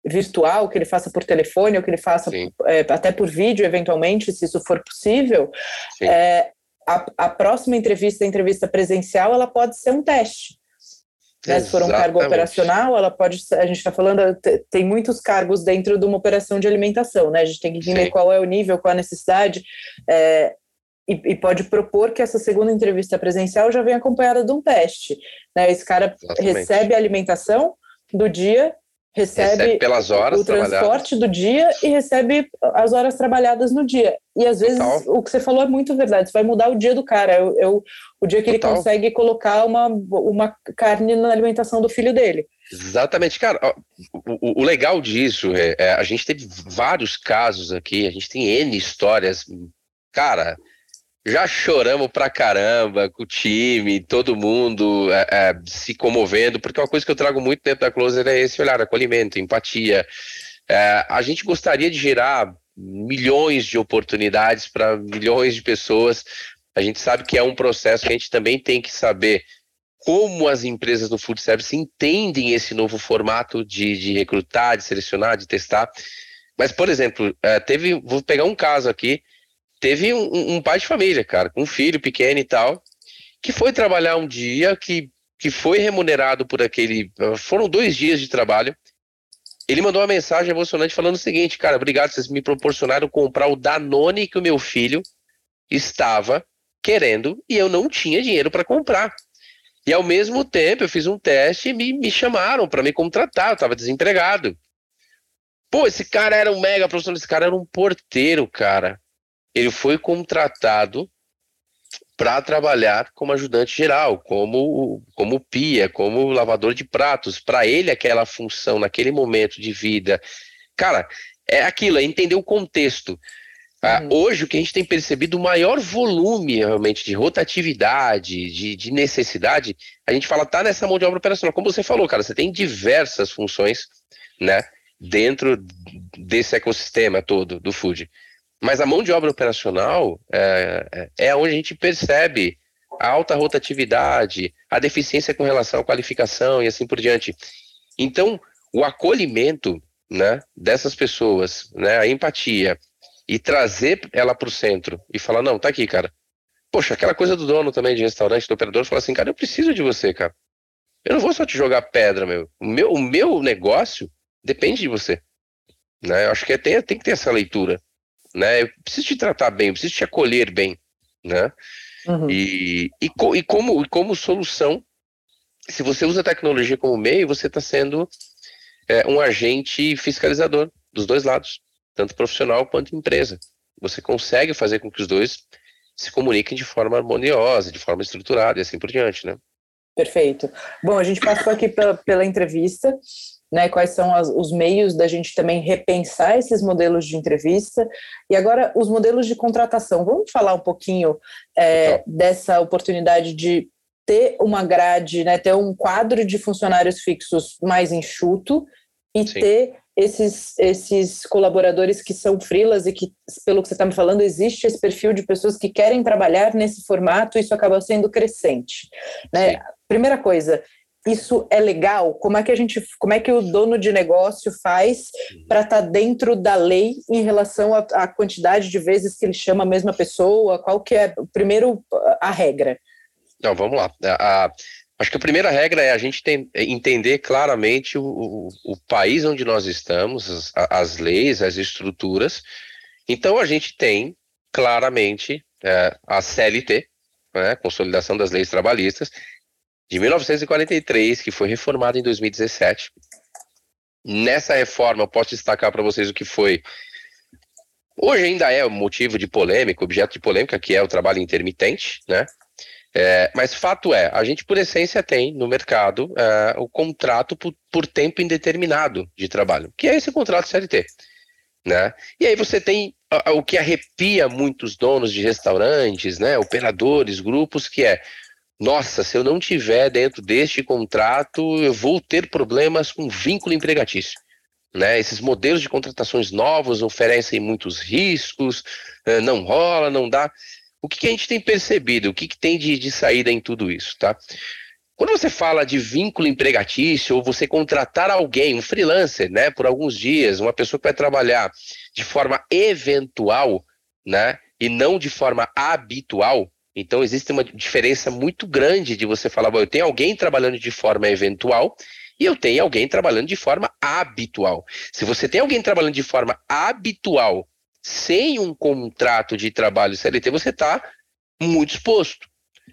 virtual, que ele faça por telefone, ou que ele faça é, até por vídeo, eventualmente, se isso for possível, é, a, a próxima entrevista, a entrevista presencial, ela pode ser um teste. Né? Se for um cargo operacional, ela pode, a gente está falando, tem muitos cargos dentro de uma operação de alimentação, né? A gente tem que entender Sim. qual é o nível, qual a necessidade, é, e, e pode propor que essa segunda entrevista presencial já venha acompanhada de um teste. Né? Esse cara Exatamente. recebe a alimentação do dia, recebe, recebe pelas horas o transporte do dia e recebe as horas trabalhadas no dia. E às vezes Total. o que você falou é muito verdade, isso vai mudar o dia do cara, é o, é o, o dia que Total. ele consegue colocar uma, uma carne na alimentação do filho dele. Exatamente, cara, o, o, o legal disso é, é, a gente teve vários casos aqui, a gente tem N histórias, cara, já choramos pra caramba com o time, todo mundo é, é, se comovendo, porque uma coisa que eu trago muito dentro da Closer é esse olhar, acolhimento, empatia. É, a gente gostaria de gerar milhões de oportunidades para milhões de pessoas. A gente sabe que é um processo que a gente também tem que saber como as empresas do food service entendem esse novo formato de, de recrutar, de selecionar, de testar. Mas, por exemplo, é, teve, vou pegar um caso aqui, teve um, um pai de família, cara, com um filho pequeno e tal, que foi trabalhar um dia, que, que foi remunerado por aquele... Foram dois dias de trabalho. Ele mandou uma mensagem emocionante falando o seguinte, cara, obrigado, vocês me proporcionaram comprar o Danone que o meu filho estava querendo e eu não tinha dinheiro para comprar. E ao mesmo tempo eu fiz um teste e me, me chamaram para me contratar, eu estava desempregado. Pô, esse cara era um mega profissional, esse cara era um porteiro, cara. Ele foi contratado para trabalhar como ajudante geral, como, como pia, como lavador de pratos. Para ele, aquela função naquele momento de vida. Cara, é aquilo, é entender o contexto. Uhum. Ah, hoje, o que a gente tem percebido, o maior volume realmente de rotatividade, de, de necessidade, a gente fala, tá nessa mão de obra operacional. Como você falou, cara, você tem diversas funções, né, dentro desse ecossistema todo do food. Mas a mão de obra operacional é, é onde a gente percebe a alta rotatividade, a deficiência com relação à qualificação e assim por diante. Então, o acolhimento, né, dessas pessoas, né, a empatia, e trazer ela para o centro e falar, não, tá aqui, cara. Poxa, aquela coisa do dono também de restaurante, do operador, fala assim, cara, eu preciso de você, cara. Eu não vou só te jogar pedra, meu. O meu, o meu negócio depende de você. Né? Eu acho que é, tem, tem que ter essa leitura. Né? Eu preciso te tratar bem, eu preciso te acolher bem, né? Uhum. E, e, e, como, e como solução, se você usa a tecnologia como meio, você está sendo é, um agente fiscalizador dos dois lados, tanto profissional quanto empresa. Você consegue fazer com que os dois se comuniquem de forma harmoniosa, de forma estruturada e assim por diante, né? Perfeito. Bom, a gente passou aqui pela, pela entrevista, né, quais são as, os meios da gente também repensar esses modelos de entrevista, e agora os modelos de contratação. Vamos falar um pouquinho é, dessa oportunidade de ter uma grade, né, ter um quadro de funcionários fixos mais enxuto e Sim. ter esses, esses colaboradores que são freelas e que, pelo que você está me falando, existe esse perfil de pessoas que querem trabalhar nesse formato, e isso acaba sendo crescente. Né? Primeira coisa, isso é legal? Como é que a gente, como é que o dono de negócio faz para estar tá dentro da lei em relação à quantidade de vezes que ele chama a mesma pessoa? Qual que é, primeiro, a regra? Não, vamos lá. A, a, acho que a primeira regra é a gente tem, entender claramente o, o, o país onde nós estamos, as, as leis, as estruturas. Então, a gente tem claramente é, a C L T, né, Consolidação das Leis Trabalhistas, de mil novecentos e quarenta e três, que foi reformada em dois mil e dezessete. Nessa reforma, eu posso destacar para vocês o que foi. Hoje ainda é motivo de polêmica, objeto de polêmica, que é o trabalho intermitente, né? É, mas fato é, a gente por essência tem no mercado é, o contrato por, por tempo indeterminado de trabalho, que é esse contrato C L T, né? E aí você tem a, a, o que arrepia muitos donos de restaurantes, né? Operadores, grupos, que é: nossa, se eu não tiver dentro deste contrato, eu vou ter problemas com vínculo empregatício. Né? Esses modelos de contratações novos oferecem muitos riscos, não rola, não dá. O que, que a gente tem percebido? O que, que tem de, de saída em tudo isso? Tá? Quando você fala de vínculo empregatício, ou você contratar alguém, um freelancer, né, por alguns dias, uma pessoa que vai trabalhar de forma eventual, né, e não de forma habitual, então existe uma diferença muito grande de você falar, bom, eu tenho alguém trabalhando de forma eventual e eu tenho alguém trabalhando de forma habitual. Se você tem alguém trabalhando de forma habitual, sem um contrato de trabalho C L T, você está muito exposto.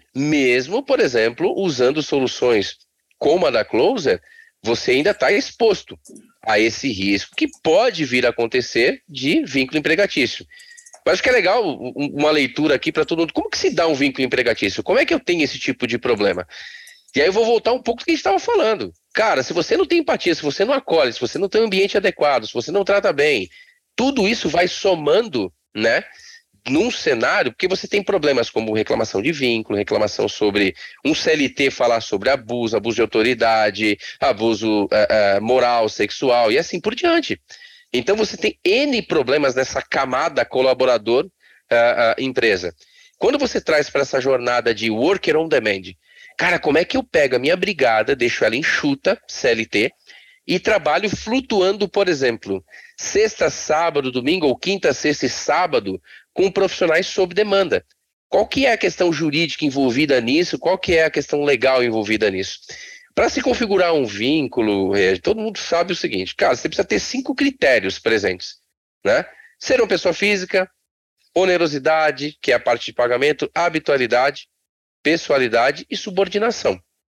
Mesmo, por exemplo, usando soluções como a da Closer, você ainda está exposto a esse risco que pode vir a acontecer de vínculo empregatício. Eu acho que é legal uma leitura aqui para todo mundo. Como que se dá um vínculo empregatício? Como é que eu tenho esse tipo de problema? E aí eu vou voltar um pouco do que a gente estava falando. Cara, se você não tem empatia, se você não acolhe, se você não tem um ambiente adequado, se você não trata bem, tudo isso vai somando, né? Num cenário, porque você tem problemas como reclamação de vínculo, reclamação sobre um C L T falar sobre abuso, abuso de autoridade, abuso uh, uh, moral, sexual e assim por diante. Então você tem N problemas nessa camada colaborador-empresa. Uh, uh, Quando você traz para essa jornada de worker on demand, cara, como é que eu pego a minha brigada, deixo ela enxuta, C L T, e trabalho flutuando, por exemplo, sexta, sábado, domingo, ou quinta, sexta e sábado, com profissionais sob demanda. Qual que é a questão jurídica envolvida nisso? Qual que é a questão legal envolvida nisso? Para se configurar um vínculo, é, todo mundo sabe o seguinte, cara, você precisa ter cinco critérios presentes, né? Ser uma pessoa física, onerosidade, que é a parte de pagamento, habitualidade, pessoalidade e subordinação.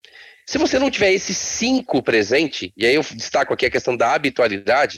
Se você não tiver esses cinco presente, e aí eu destaco aqui a questão da habitualidade,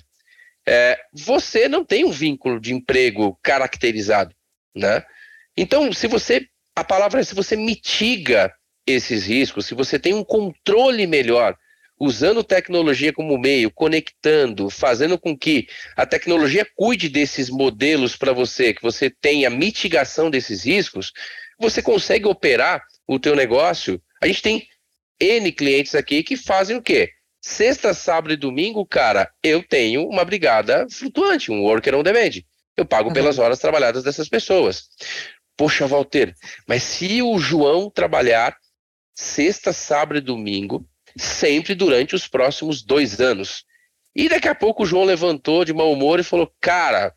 é, você não tem um vínculo de emprego caracterizado, né? Então, se você, a palavra é se você mitiga esses riscos, se você tem um controle melhor, usando tecnologia como meio, conectando, fazendo com que a tecnologia cuide desses modelos para você, que você tenha mitigação desses riscos, você consegue operar o teu negócio. A gente tem N clientes aqui que fazem o quê? Sexta, sábado e domingo, cara, eu tenho uma brigada flutuante, um worker on demand. Eu pago uhum. pelas horas trabalhadas dessas pessoas. Poxa, Walter, mas se o João trabalhar sexta, sábado e domingo, sempre durante os próximos dois anos. E daqui a pouco o João levantou de mau humor e falou, cara,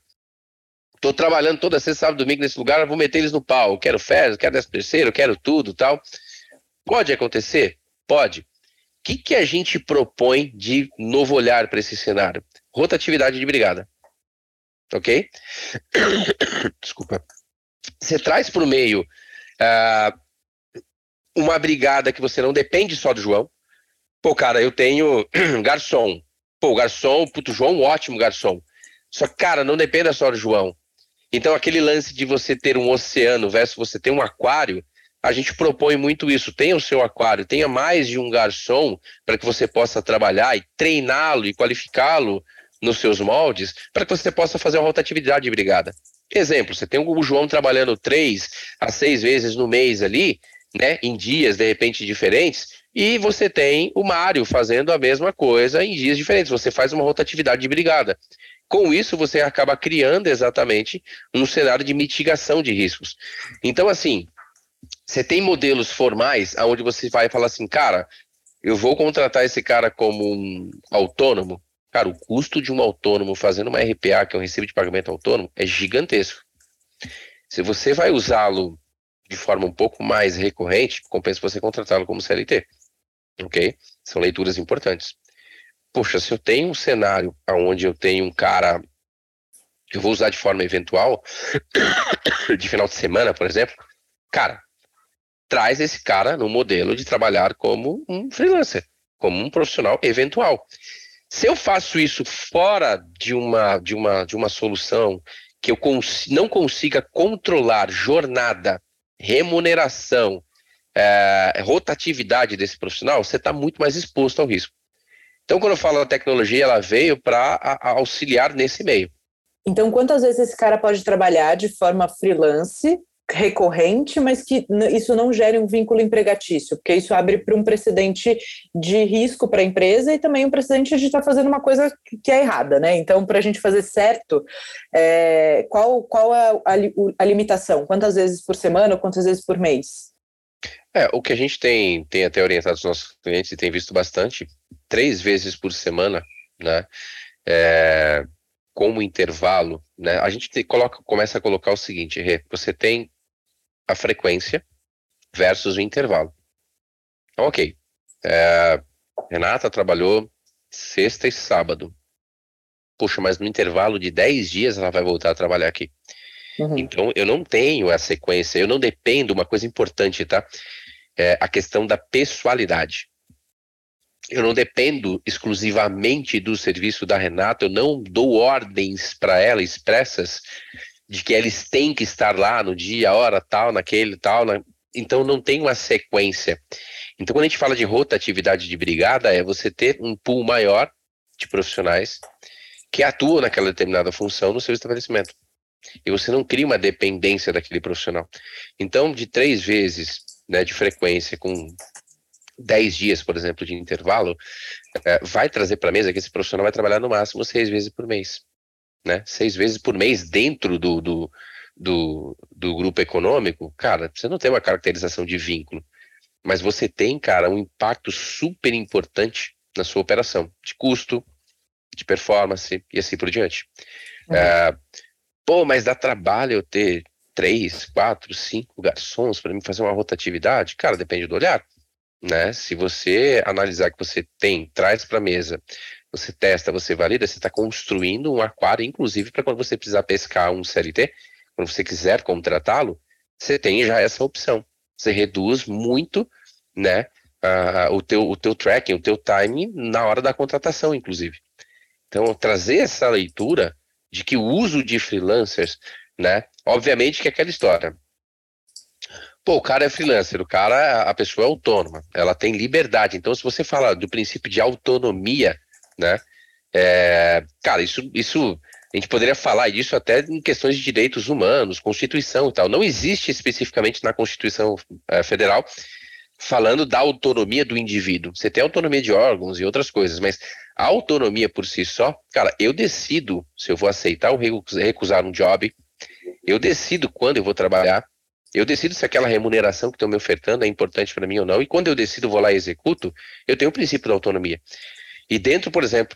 tô trabalhando toda sexta, sábado e domingo nesse lugar, eu vou meter eles no pau. Eu quero férias, eu quero décimo terceiro, eu quero tudo e tal. Pode acontecer? Pode. O que, que a gente propõe de novo olhar para esse cenário? Rotatividade de brigada. Ok? Desculpa. Você traz para o meio uh, uma brigada que você não depende só do João. Pô, cara, eu tenho garçom. Pô, garçom, puto, João, ótimo garçom. Só que, cara, não dependa só do João. Então, aquele lance de você ter um oceano versus você ter um aquário, a gente propõe muito isso. Tenha o seu aquário, tenha mais de um garçom para que você possa trabalhar e treiná-lo e qualificá-lo nos seus moldes para que você possa fazer uma rotatividade de brigada. Exemplo, você tem o João trabalhando três a seis vezes no mês ali, né, em dias, de repente, diferentes, e você tem o Mário fazendo a mesma coisa em dias diferentes. Você faz uma rotatividade de brigada. Com isso, você acaba criando exatamente um cenário de mitigação de riscos. Então, assim, você tem modelos formais onde você vai falar assim, cara, eu vou contratar esse cara como um autônomo. Cara, o custo de um autônomo fazendo uma R P A, que é um recibo de pagamento autônomo, é gigantesco. Se você vai usá-lo de forma um pouco mais recorrente, compensa você contratá-lo como C L T. Ok? São leituras importantes. Poxa, se eu tenho um cenário onde eu tenho um cara que eu vou usar de forma eventual, de final de semana, por exemplo, cara, traz esse cara no modelo de trabalhar como um freelancer, como um profissional eventual. Se eu faço isso fora de uma, de uma, de uma solução que eu cons- não consiga controlar jornada, remuneração, é, rotatividade desse profissional, você está muito mais exposto ao risco. Então, quando eu falo da tecnologia, ela veio para auxiliar nesse meio. Então, quantas vezes esse cara pode trabalhar de forma freelance, recorrente, mas que isso não gere um vínculo empregatício? Porque isso abre para um precedente de risco para a empresa e também um precedente de estar fazendo uma coisa que é errada, né? Então, para a gente fazer certo, é, qual, qual é a, a limitação? Quantas vezes por semana ou quantas vezes por mês? É, o que a gente tem, tem até orientado os nossos clientes e tem visto bastante, três vezes por semana, né? É, como intervalo, né? A gente te, coloca, começa a colocar o seguinte, Rê, você tem a frequência versus o intervalo. Então, ok. É, Renata trabalhou sexta e sábado. Poxa, mas no intervalo de dez dias ela vai voltar a trabalhar aqui. Uhum. Então, eu não tenho a sequência, eu não dependo, uma coisa importante, tá? É a questão da pessoalidade. Eu não dependo exclusivamente do serviço da Renata, eu não dou ordens para ela expressas de que eles têm que estar lá no dia, hora tal, naquele tal, na... Então não tem uma sequência. Então quando a gente fala de rotatividade de brigada, é você ter um pool maior de profissionais que atuam naquela determinada função no seu estabelecimento. E você não cria uma dependência daquele profissional. Então, de três vezes, né, de frequência, com dez dias, por exemplo, de intervalo, é, vai trazer para a mesa que esse profissional vai trabalhar no máximo seis vezes por mês. Né? Seis vezes por mês dentro do, do, do, do grupo econômico, cara, você não tem uma caracterização de vínculo, mas você tem, cara, um impacto super importante na sua operação, de custo, de performance e assim por diante. Uhum. É, pô, mas dá trabalho eu ter três, quatro, cinco garçons para mim fazer uma rotatividade? Cara, depende do olhar, né? Se você analisar que você tem, traz para a mesa, você testa, você valida, você está construindo um aquário, inclusive para quando você precisar pescar um C L T, quando você quiser contratá-lo, você tem já essa opção. Você reduz muito, né, uh, o, teu, o teu tracking, o teu timing na hora da contratação, inclusive. Então, trazer essa leitura de que o uso de freelancers, né, obviamente que é aquela história. Pô, o cara é freelancer, o cara, a pessoa é autônoma, ela tem liberdade. Então, se você fala do princípio de autonomia, né, é, cara, isso, isso, a gente poderia falar disso até em questões de direitos humanos, Constituição e tal. Não existe especificamente na Constituição é, Federal falando da autonomia do indivíduo. Você tem autonomia de órgãos e outras coisas, mas a autonomia por si só, cara, eu decido se eu vou aceitar ou recusar um job, eu decido quando eu vou trabalhar, eu decido se aquela remuneração que estão me ofertando é importante para mim ou não, e quando eu decido, vou lá e executo, eu tenho o princípio da autonomia. E dentro, por exemplo,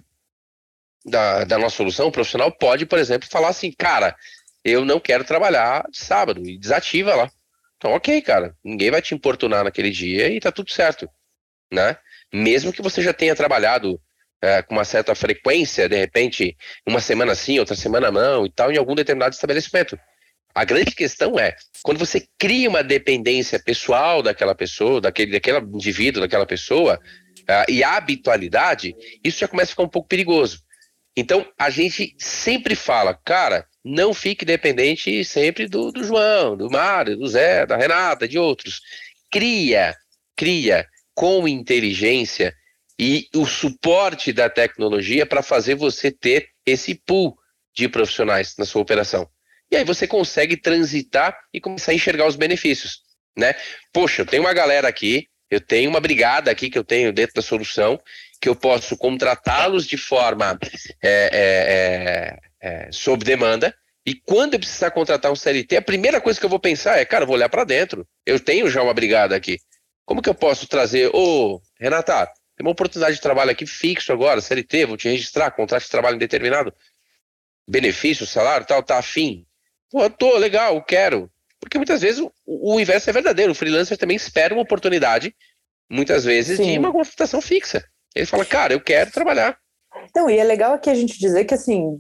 da, da nossa solução, o profissional pode, por exemplo, falar assim, cara, eu não quero trabalhar de sábado, e desativa lá. Então, ok, cara, ninguém vai te importunar naquele dia e tá tudo certo, né? Mesmo que você já tenha trabalhado é, com uma certa frequência, de repente, uma semana sim, outra semana não e tal, em algum determinado estabelecimento. A grande questão é, quando você cria uma dependência pessoal daquela pessoa, daquele, daquele indivíduo, daquela pessoa, uh, e a habitualidade, isso já começa a ficar um pouco perigoso. Então, a gente sempre fala, cara, não fique dependente sempre do, do João, do Mário, do Zé, da Renata, de outros. Cria, cria com inteligência e o suporte da tecnologia para fazer você ter esse pool de profissionais na sua operação. E aí você consegue transitar e começar a enxergar os benefícios, né? Poxa, eu tenho uma galera aqui, eu tenho uma brigada aqui que eu tenho dentro da solução, que eu posso contratá-los de forma é, é, é, sob demanda, e quando eu precisar contratar um C L T, a primeira coisa que eu vou pensar é, cara, eu vou olhar para dentro, eu tenho já uma brigada aqui, como que eu posso trazer, ô, Renata, tem uma oportunidade de trabalho aqui fixo agora, C L T, vou te registrar, contrato de trabalho indeterminado, benefício, salário, tal, tá afim? Pô, tô, legal, quero. Porque muitas vezes o, o inverso é verdadeiro, o freelancer também espera uma oportunidade, muitas vezes, Sim. de uma contratação fixa. Ele fala, cara, eu quero trabalhar. Então, e é legal aqui a gente dizer que, assim,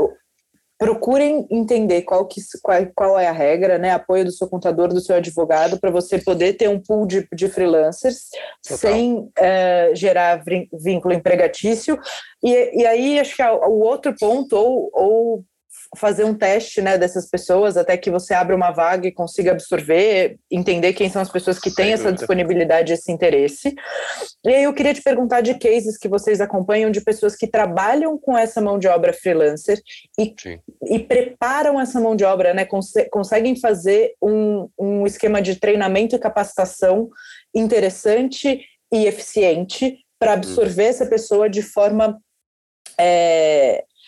procurem entender qual, que, qual, qual é a regra, né? Apoio do seu contador, do seu advogado, para você poder ter um pool de, de freelancers Total. sem é, gerar vínculo empregatício. E, e aí, acho que o outro ponto, ou, ou fazer um teste, né, dessas pessoas até que você abra uma vaga e consiga absorver, entender quem são as pessoas que têm essa disponibilidade, esse interesse. E aí eu queria te perguntar de cases que vocês acompanham de pessoas que trabalham com essa mão de obra freelancer e, e preparam essa mão de obra, né, cons- conseguem fazer um, um esquema de treinamento e capacitação interessante e eficiente para absorver hum. essa pessoa de forma... É,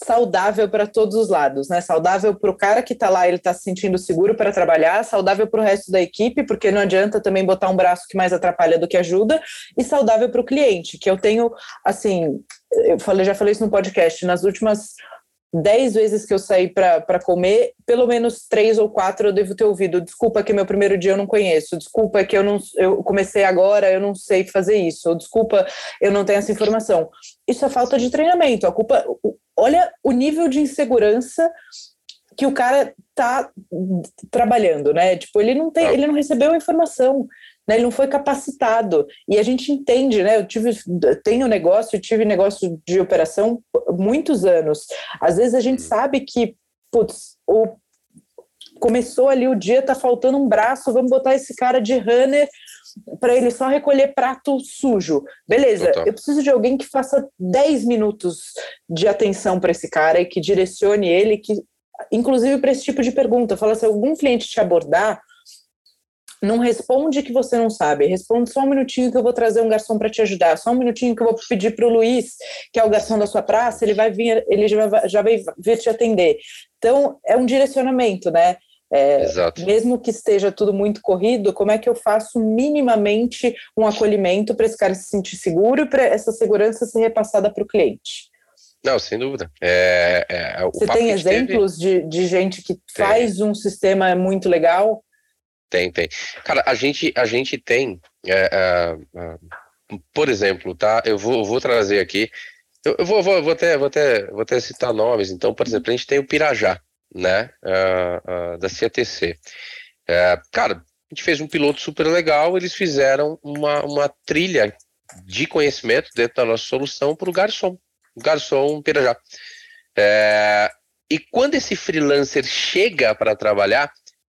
saudável para todos os lados, né? Saudável para o cara que está lá, ele está se sentindo seguro para trabalhar, saudável para o resto da equipe, porque não adianta também botar um braço que mais atrapalha do que ajuda, e saudável para o cliente, que eu tenho, assim, eu falei, já falei isso no podcast, nas últimas dez vezes que eu saí para comer, pelo menos três ou quatro eu devo ter ouvido, desculpa que meu primeiro dia eu não conheço, desculpa que eu não eu comecei agora, eu não sei fazer isso, ou desculpa, eu não tenho essa informação. Isso é falta de treinamento, a culpa, olha o nível de insegurança que o cara tá trabalhando, né? Tipo, ele não tem, ele não recebeu a informação, né? Ele não foi capacitado. E a gente entende, né? Eu tive, tenho negócio, eu tive negócio de operação muitos anos. Às vezes a gente sabe que, putz, o, começou ali o dia, tá faltando um braço, vamos botar esse cara de runner para ele só recolher prato sujo. Beleza, Total. Eu preciso de alguém que faça dez minutos de atenção para esse cara e que direcione ele, que inclusive para esse tipo de pergunta, fala, se algum cliente te abordar, não responde que você não sabe, responde só um minutinho que eu vou trazer um garçom para te ajudar, só um minutinho que eu vou pedir para o Luiz, que é o garçom da sua praça, ele vai vir, ele já vai, já vai vir te atender. Então, é um direcionamento, né? É, mesmo que esteja tudo muito corrido, como é que eu faço minimamente um acolhimento para esse cara se sentir seguro e para essa segurança ser repassada para o cliente? Não, sem dúvida. É, é, o Você tem exemplos teve... de, de gente que tem. Faz um sistema muito legal? Tem, tem. Cara, a gente, a gente tem, é, é, é, por exemplo, tá? Eu vou, vou trazer aqui, eu, eu vou, vou, vou, até, vou, até, vou até citar nomes. Então, por exemplo, a gente tem o Pirajá, né? Uh, uh, da C A T C. Uh, cara, a gente fez um piloto super legal, eles fizeram uma, uma trilha de conhecimento dentro da nossa solução para o garçom. O garçom Pirajá. É, e quando esse freelancer chega para trabalhar,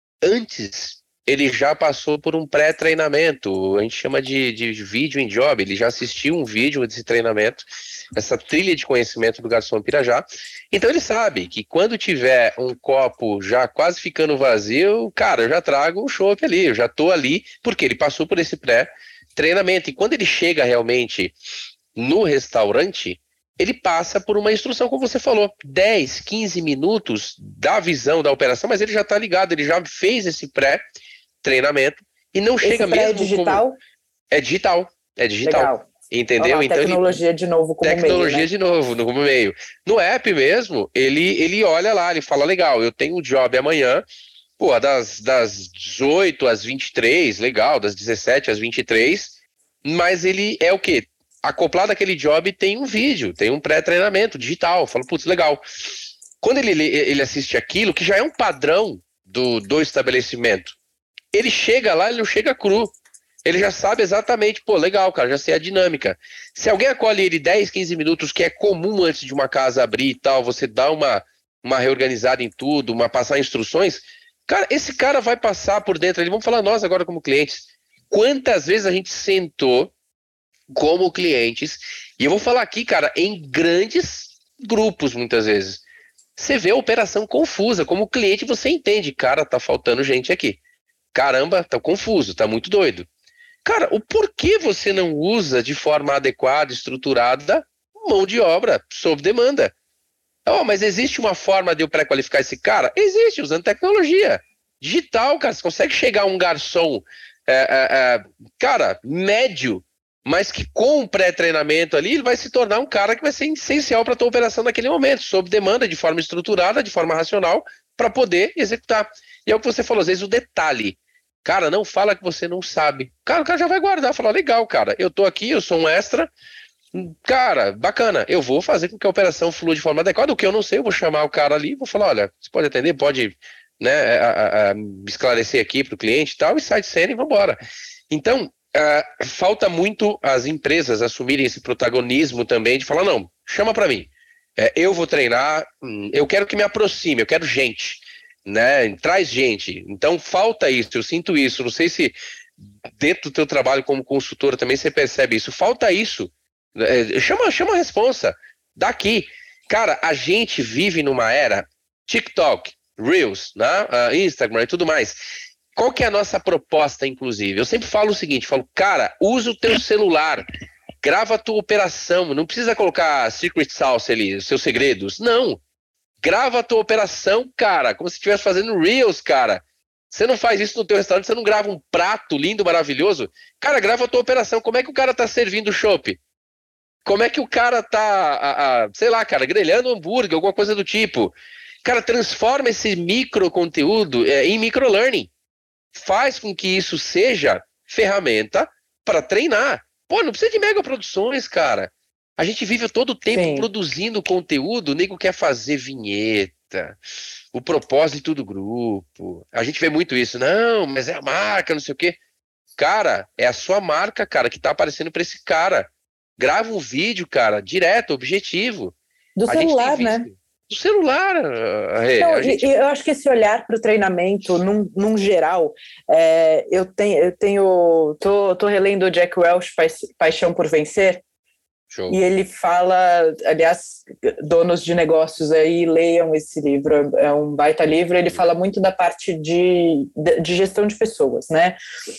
antes ele já passou por um pré-treinamento, a gente chama de, de vídeo em job, ele já assistiu um vídeo desse treinamento, essa trilha de conhecimento do garçom Pirajá. Então ele sabe que quando tiver um copo já quase ficando vazio, cara, eu já trago um chopp ali, eu já tô ali, porque ele passou por esse pré-treinamento. E quando ele chega realmente no restaurante, ele passa por uma instrução, como você falou, dez, quinze minutos da visão da operação, mas ele já está ligado, ele já fez esse pré-treinamento e não esse chega mesmo... É digital? Como... É digital, é digital. Legal. Entendeu? Olha lá, tecnologia então, de novo como tecnologia meio, né? de novo no como meio. No app mesmo, ele, ele olha lá, ele fala, legal, eu tenho um job amanhã, pô, das, das dezoito às vinte e três, legal, das dezessete às vinte e três, mas ele é o quê? Acoplado àquele job tem um vídeo, tem um pré-treinamento digital. Fala, putz, legal. Quando ele, ele assiste aquilo, que já é um padrão do, do estabelecimento, ele chega lá, ele não chega cru. Ele já sabe exatamente, pô, legal, cara, já sei a dinâmica. Se alguém acolhe ele dez, quinze minutos, que é comum antes de uma casa abrir e tal, você dá uma, uma reorganizada em tudo, uma passar instruções, cara, esse cara vai passar por dentro. Eles vão falar, nós agora como clientes, quantas vezes a gente sentou como clientes, e eu vou falar aqui, cara, em grandes grupos, muitas vezes, você vê a operação confusa, como cliente você entende, cara, tá faltando gente aqui, caramba, tá confuso, tá muito doido. Cara, o porquê você não usa de forma adequada, estruturada, mão de obra, sob demanda? Oh, mas existe uma forma de eu pré-qualificar esse cara? Existe, usando tecnologia digital, cara, você consegue chegar a um garçom, é, é, é, cara, médio, mas que com o pré-treinamento ali, ele vai se tornar um cara que vai ser essencial para a tua operação naquele momento, sob demanda, de forma estruturada, de forma racional, para poder executar. E é o que você falou, às vezes o detalhe. Cara, não fala que você não sabe. Cara, o cara já vai guardar, falar, legal, cara, eu tô aqui, eu sou um extra, cara, bacana, eu vou fazer com que a operação flua de forma adequada, o que eu não sei, eu vou chamar o cara ali, vou falar, olha, você pode atender, pode, né, a, a, a, esclarecer aqui para o cliente e tal, e sai de cena e vambora. Então, Uh, falta muito as empresas assumirem esse protagonismo também de falar, não, chama para mim, é, eu vou treinar, hum, eu quero que me aproxime, eu quero gente, né, traz gente, então falta isso, eu sinto isso, não sei se dentro do teu trabalho como consultora também você percebe isso, falta isso, é, chama, chama a responsa, daqui, cara, a gente vive numa era TikTok, Reels, né, uh, Instagram e tudo mais. Qual que é a nossa proposta, inclusive? Eu sempre falo o seguinte, falo, cara, usa o teu celular, grava a tua operação, não precisa colocar secret sauce ali, os seus segredos, não. Grava a tua operação, cara, como se estivesse fazendo Reels, cara. Você não faz isso no teu restaurante, você não grava um prato lindo, maravilhoso. Cara, grava a tua operação, como é que o cara tá servindo o chopp? Como é que o cara tá, a, a, sei lá, cara, grelhando hambúrguer, alguma coisa do tipo. Cara, transforma esse micro conteúdo é, em microlearning. Faz com que isso seja ferramenta para treinar. Pô, não precisa de mega produções, cara. A gente vive todo o tempo Sim. produzindo conteúdo, o nego quer fazer vinheta, o propósito do grupo. A gente vê muito isso. Não, mas é a marca, não sei o quê. Cara, é a sua marca, cara, que tá aparecendo para esse cara. Grava um vídeo, cara, direto, objetivo. Do a celular, né? Do celular. Então, a gente... Eu acho que esse olhar para o treinamento, num, num geral, é, eu tenho, eu tenho, tô, tô relendo o Jack Welch, Paixão por Vencer. Show. E ele fala, aliás, donos de negócios aí, leiam esse livro, é um baita livro, ele fala muito da parte de, de gestão de pessoas, né?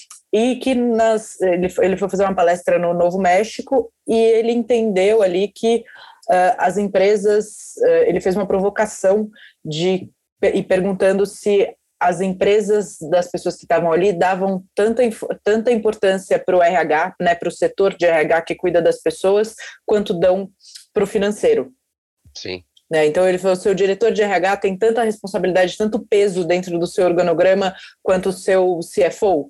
E que nas, ele, ele foi fazer uma palestra no Novo México e ele entendeu ali que uh, as empresas, uh, ele fez uma provocação de, e perguntando se as empresas das pessoas que estavam ali davam tanta, tanta importância para o R H, né, para o setor de R H que cuida das pessoas, quanto dão para o financeiro. Sim. Né, então ele falou, o seu diretor de R H tem tanta responsabilidade, tanto peso dentro do seu organograma, quanto o seu C F O,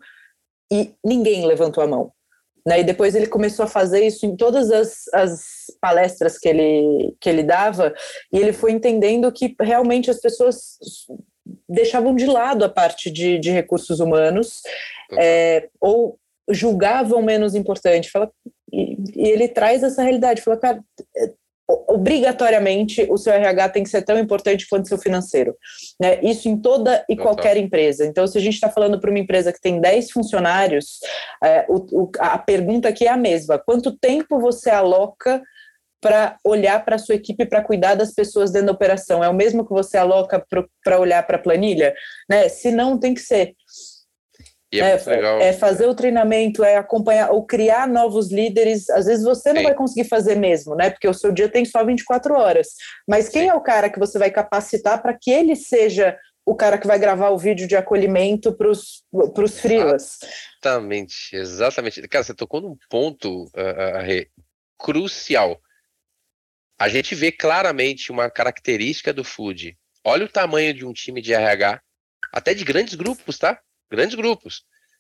e ninguém levantou a mão. Né, e depois ele começou a fazer isso em todas as, as palestras que ele, que ele dava, e ele foi entendendo que realmente as pessoas deixavam de lado a parte de, de recursos humanos, uhum. é, ou julgavam menos importante. Fala, e, e ele traz essa realidade, fala, cara, obrigatoriamente o seu R H tem que ser tão importante quanto o seu financeiro, né? Isso em toda e qualquer empresa. Então, se a gente está falando para uma empresa que tem dez funcionários, é, o, o, a pergunta aqui é a mesma: quanto tempo você aloca para olhar para a sua equipe, para cuidar das pessoas dentro da operação? É o mesmo que você aloca para olhar para a planilha? Né? Se não, tem que ser. E é, é, legal. É fazer o treinamento, é acompanhar ou criar novos líderes. Às vezes você não Sim. vai conseguir fazer mesmo, né? Porque o seu dia tem só vinte e quatro horas. Mas quem Sim. é o cara que você vai capacitar para que ele seja o cara que vai gravar o vídeo de acolhimento para os freelas? Exatamente, exatamente. Cara, você tocou num ponto uh, uh, crucial. A gente vê claramente uma característica do food. Olha o tamanho de um time de R H, até de grandes grupos, tá? Grandes grupos.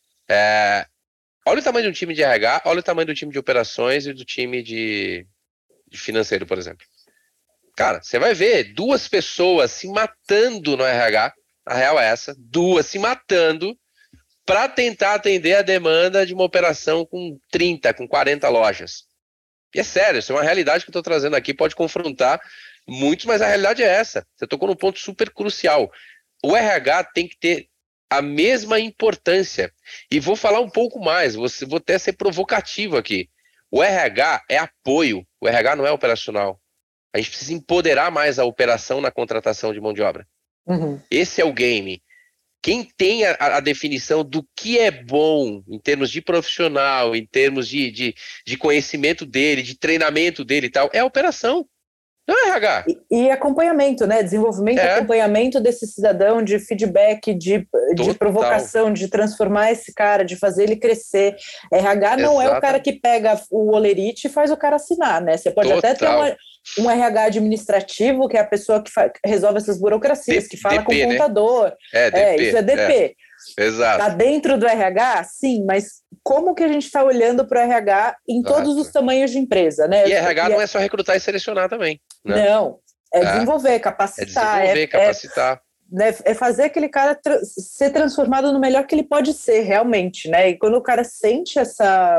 É, olha o tamanho de um time de R H, olha o tamanho do time de operações e do time de, de financeiro, por exemplo. Cara, você vai ver duas pessoas se matando no R H, a real é essa, duas se matando para tentar atender a demanda de uma operação com trinta, com quarenta lojas. E é sério, isso é uma realidade que eu estou trazendo aqui, pode confrontar muitos, mas a realidade é essa. Você tocou num ponto super crucial. O R H tem que ter a mesma importância. E vou falar um pouco mais, vou, vou até ser provocativo aqui. O R H é apoio, o R H não é operacional. A gente precisa empoderar mais a operação na contratação de mão de obra. Uhum. Esse é o game. Quem tem a, a definição do que é bom em termos de profissional, em termos de, de, de conhecimento dele, de treinamento dele e tal, é a operação. Não é R H. E, e acompanhamento, né? Desenvolvimento e é. acompanhamento desse cidadão, de feedback, de, de provocação, de transformar esse cara, de fazer ele crescer. R H não Exato. É o cara que pega o olerite e faz o cara assinar, né? Você pode Total. Até ter uma, um R H administrativo, que é a pessoa que fa- resolve essas burocracias, D- que fala D P, com o contador. Né? É, D P, é, isso é D P. É. Exato. Está dentro do R H? Sim, mas como que a gente está olhando para o R H em Exato. Todos os tamanhos de empresa, né? E R H e não é só recrutar e selecionar também. Né? Não, é desenvolver, capacitar. É desenvolver, é, capacitar. É, né, é fazer aquele cara tra- ser transformado no melhor que ele pode ser, realmente, né? E quando o cara sente essa,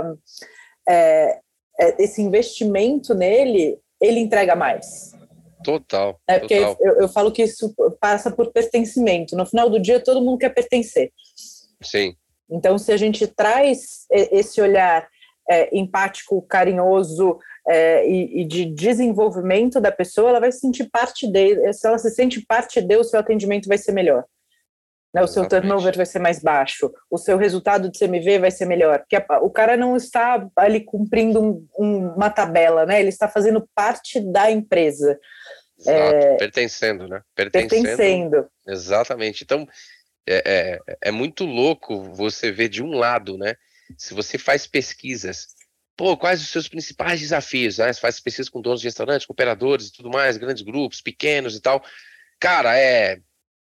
é, esse investimento nele, ele entrega mais. Total. É, porque total. Eu, eu falo que isso passa por pertencimento. No final do dia, todo mundo quer pertencer. Sim. Então, se a gente traz esse olhar é, empático, carinhoso é, e, e de desenvolvimento da pessoa, ela vai se sentir parte dele. Se ela se sente parte dele, o seu atendimento vai ser melhor. né? O seu Exatamente. turnover vai ser mais baixo, o seu resultado de C M V vai ser melhor, porque a, o cara não está ali cumprindo um, um, uma tabela, né? Ele está fazendo parte da empresa. Exato. É, pertencendo, né? Pertencendo. pertencendo. Exatamente. Então, é, é, é muito louco você ver de um lado, né? Se você faz pesquisas, pô, quais os seus principais desafios, né? Você faz pesquisas com donos de restaurantes, com operadores e tudo mais, grandes grupos, pequenos e tal. Cara, é,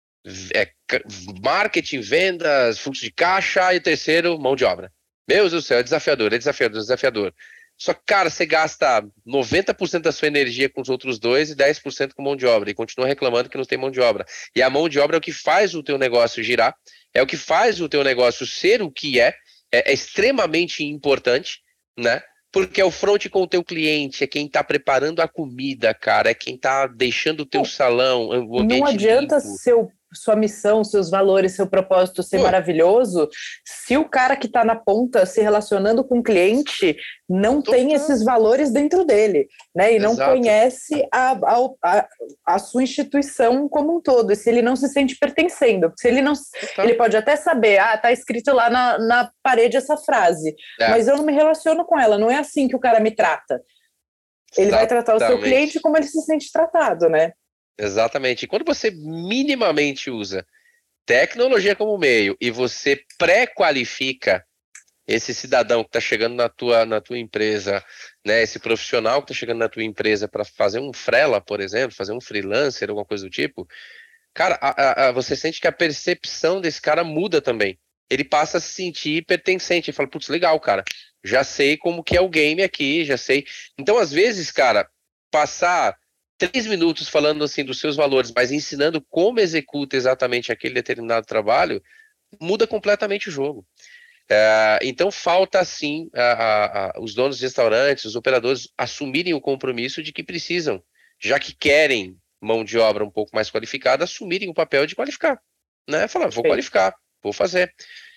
é marketing, vendas, fluxo de caixa e o terceiro, mão de obra. Meu Deus do céu, é desafiador, é desafiador, é desafiador. Só que, cara, você gasta noventa por cento da sua energia com os outros dois e dez por cento com mão de obra e continua reclamando que não tem mão de obra. E a mão de obra é o que faz o teu negócio girar, é o que faz o teu negócio ser o que é, é, é extremamente importante, né? Porque é o front com o teu cliente, é quem tá preparando a comida, cara, é quem tá deixando o teu salão, o ambiente não adianta limpo. seu, sua missão, seus valores, seu propósito ser Pô. maravilhoso se o cara que está na ponta se relacionando com o cliente não Total. tem esses valores dentro dele, né? E não Exato. conhece a, a, a, a sua instituição como um todo, e se ele não se sente pertencendo, se ele não, Total. ele pode até saber, ah, tá escrito lá na, na parede essa frase, É. mas eu não me relaciono com ela, não é assim que o cara me trata. Ele vai tratar o seu Exatamente. cliente como ele se sente tratado, né? Exatamente. E quando você minimamente usa tecnologia como meio e você pré-qualifica esse cidadão que está chegando na tua, na tua empresa, né, esse profissional que está chegando na tua empresa para fazer um freela, por exemplo, fazer um freelancer, alguma coisa do tipo, cara, a, a, a, você sente que a percepção desse cara muda também. Ele passa a se sentir pertencente. Ele fala, putz, legal, cara, já sei como que é o game aqui, já sei. Então, às vezes, cara, passar três minutos falando assim dos seus valores, mas ensinando como executa exatamente aquele determinado trabalho, muda completamente o jogo. É, então falta sim a, a, a, os donos de restaurantes, os operadores assumirem o compromisso de que precisam, já que querem mão de obra um pouco mais qualificada, assumirem o papel de qualificar, né? Falar, vou qualificar, vou fazer.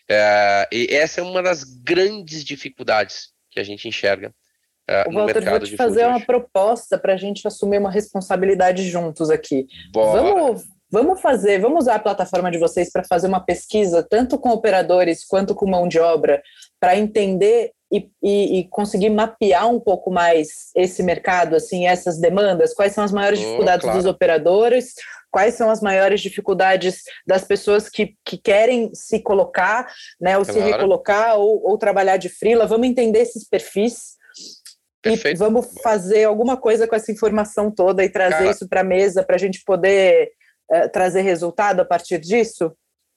É, e essa é uma das grandes dificuldades que a gente enxerga uh, no Walter, mercado vou te de fazer food uma hoje. proposta para a gente assumir uma responsabilidade juntos aqui. Bora. Vamos, vamos fazer, vamos usar a plataforma de vocês para fazer uma pesquisa, tanto com operadores quanto com mão de obra, para entender e, e, e conseguir mapear um pouco mais esse mercado, assim, essas demandas, quais são as maiores Oh, dificuldades claro. dos operadores, quais são as maiores dificuldades das pessoas que, que querem se colocar, né, ou Claro. se recolocar, ou, ou trabalhar de freela. Vamos entender esses perfis. Perfeito. E vamos fazer alguma coisa com essa informação toda e trazer Cara, isso para a mesa para a gente poder uh, trazer resultado a partir disso?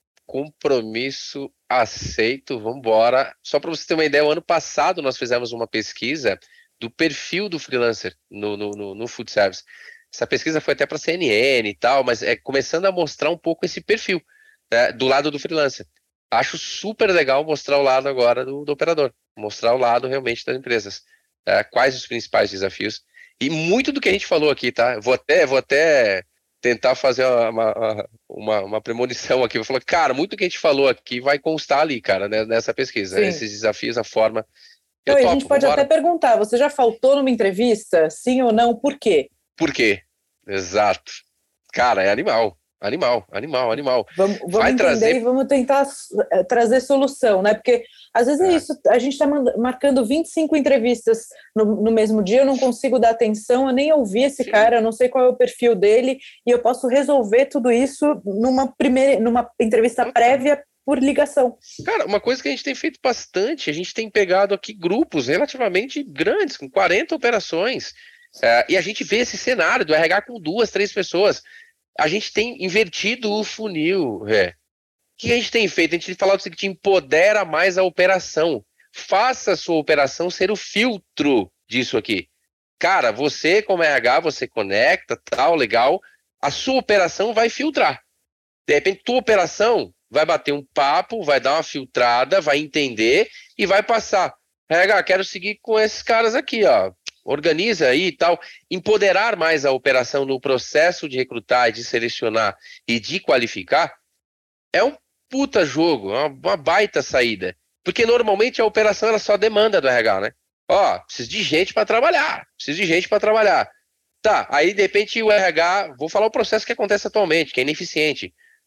Compromisso aceito, vamos embora. Só para você ter uma ideia, o ano passado nós fizemos uma pesquisa do perfil do freelancer no, no, no, no food service. Essa pesquisa foi até para a C N N e tal, mas é começando a mostrar um pouco esse perfil, né, do lado do freelancer. Acho super legal mostrar o lado agora do, do operador, mostrar o lado realmente das empresas. É, quais os principais desafios. E muito do que a gente falou aqui, tá? Vou até, vou até tentar fazer uma, uma, uma premonição aqui. Vou falar, cara, muito do que a gente falou aqui vai constar ali, cara, né, nessa pesquisa. Sim. Esses desafios, a forma. Eu então, topo, a gente pode vambora. até perguntar, você já faltou numa entrevista? Sim ou não? Por quê? Por quê? Exato. Cara, é animal. Animal, animal, animal. Vamos, vamos vai entender trazer... e vamos tentar uh, trazer solução, né? Porque às vezes é, é isso, a gente está marcando vinte e cinco entrevistas no, no mesmo dia, eu não consigo dar atenção, eu nem ouvi esse Sim. cara, eu não sei qual é o perfil dele, e eu posso resolver tudo isso numa, primeira, numa entrevista prévia por ligação. Cara, uma coisa que a gente tem feito bastante, a gente tem pegado aqui grupos relativamente grandes, com quarenta operações, uh, e a gente vê esse cenário do R H com duas, três pessoas. A gente tem invertido o funil, é. O que a gente tem feito? A gente tem falado o seguinte, empodera mais a operação. Faça a sua operação ser o filtro disso aqui. Cara, você como R H, você conecta, tal, legal. A sua operação vai filtrar. De repente, tua operação vai bater um papo, vai dar uma filtrada, vai entender e vai passar. R H, quero seguir com esses caras aqui, ó. Organiza aí e tal, empoderar mais a operação no processo de recrutar, de selecionar e de qualificar, é um puta jogo, é uma, uma baita saída. Porque normalmente a operação ela só demanda do R H, né? Ó, preciso de gente para trabalhar, preciso de gente para trabalhar. Tá, aí de repente o R H, vou falar o processo que acontece atualmente, que é ineficiente.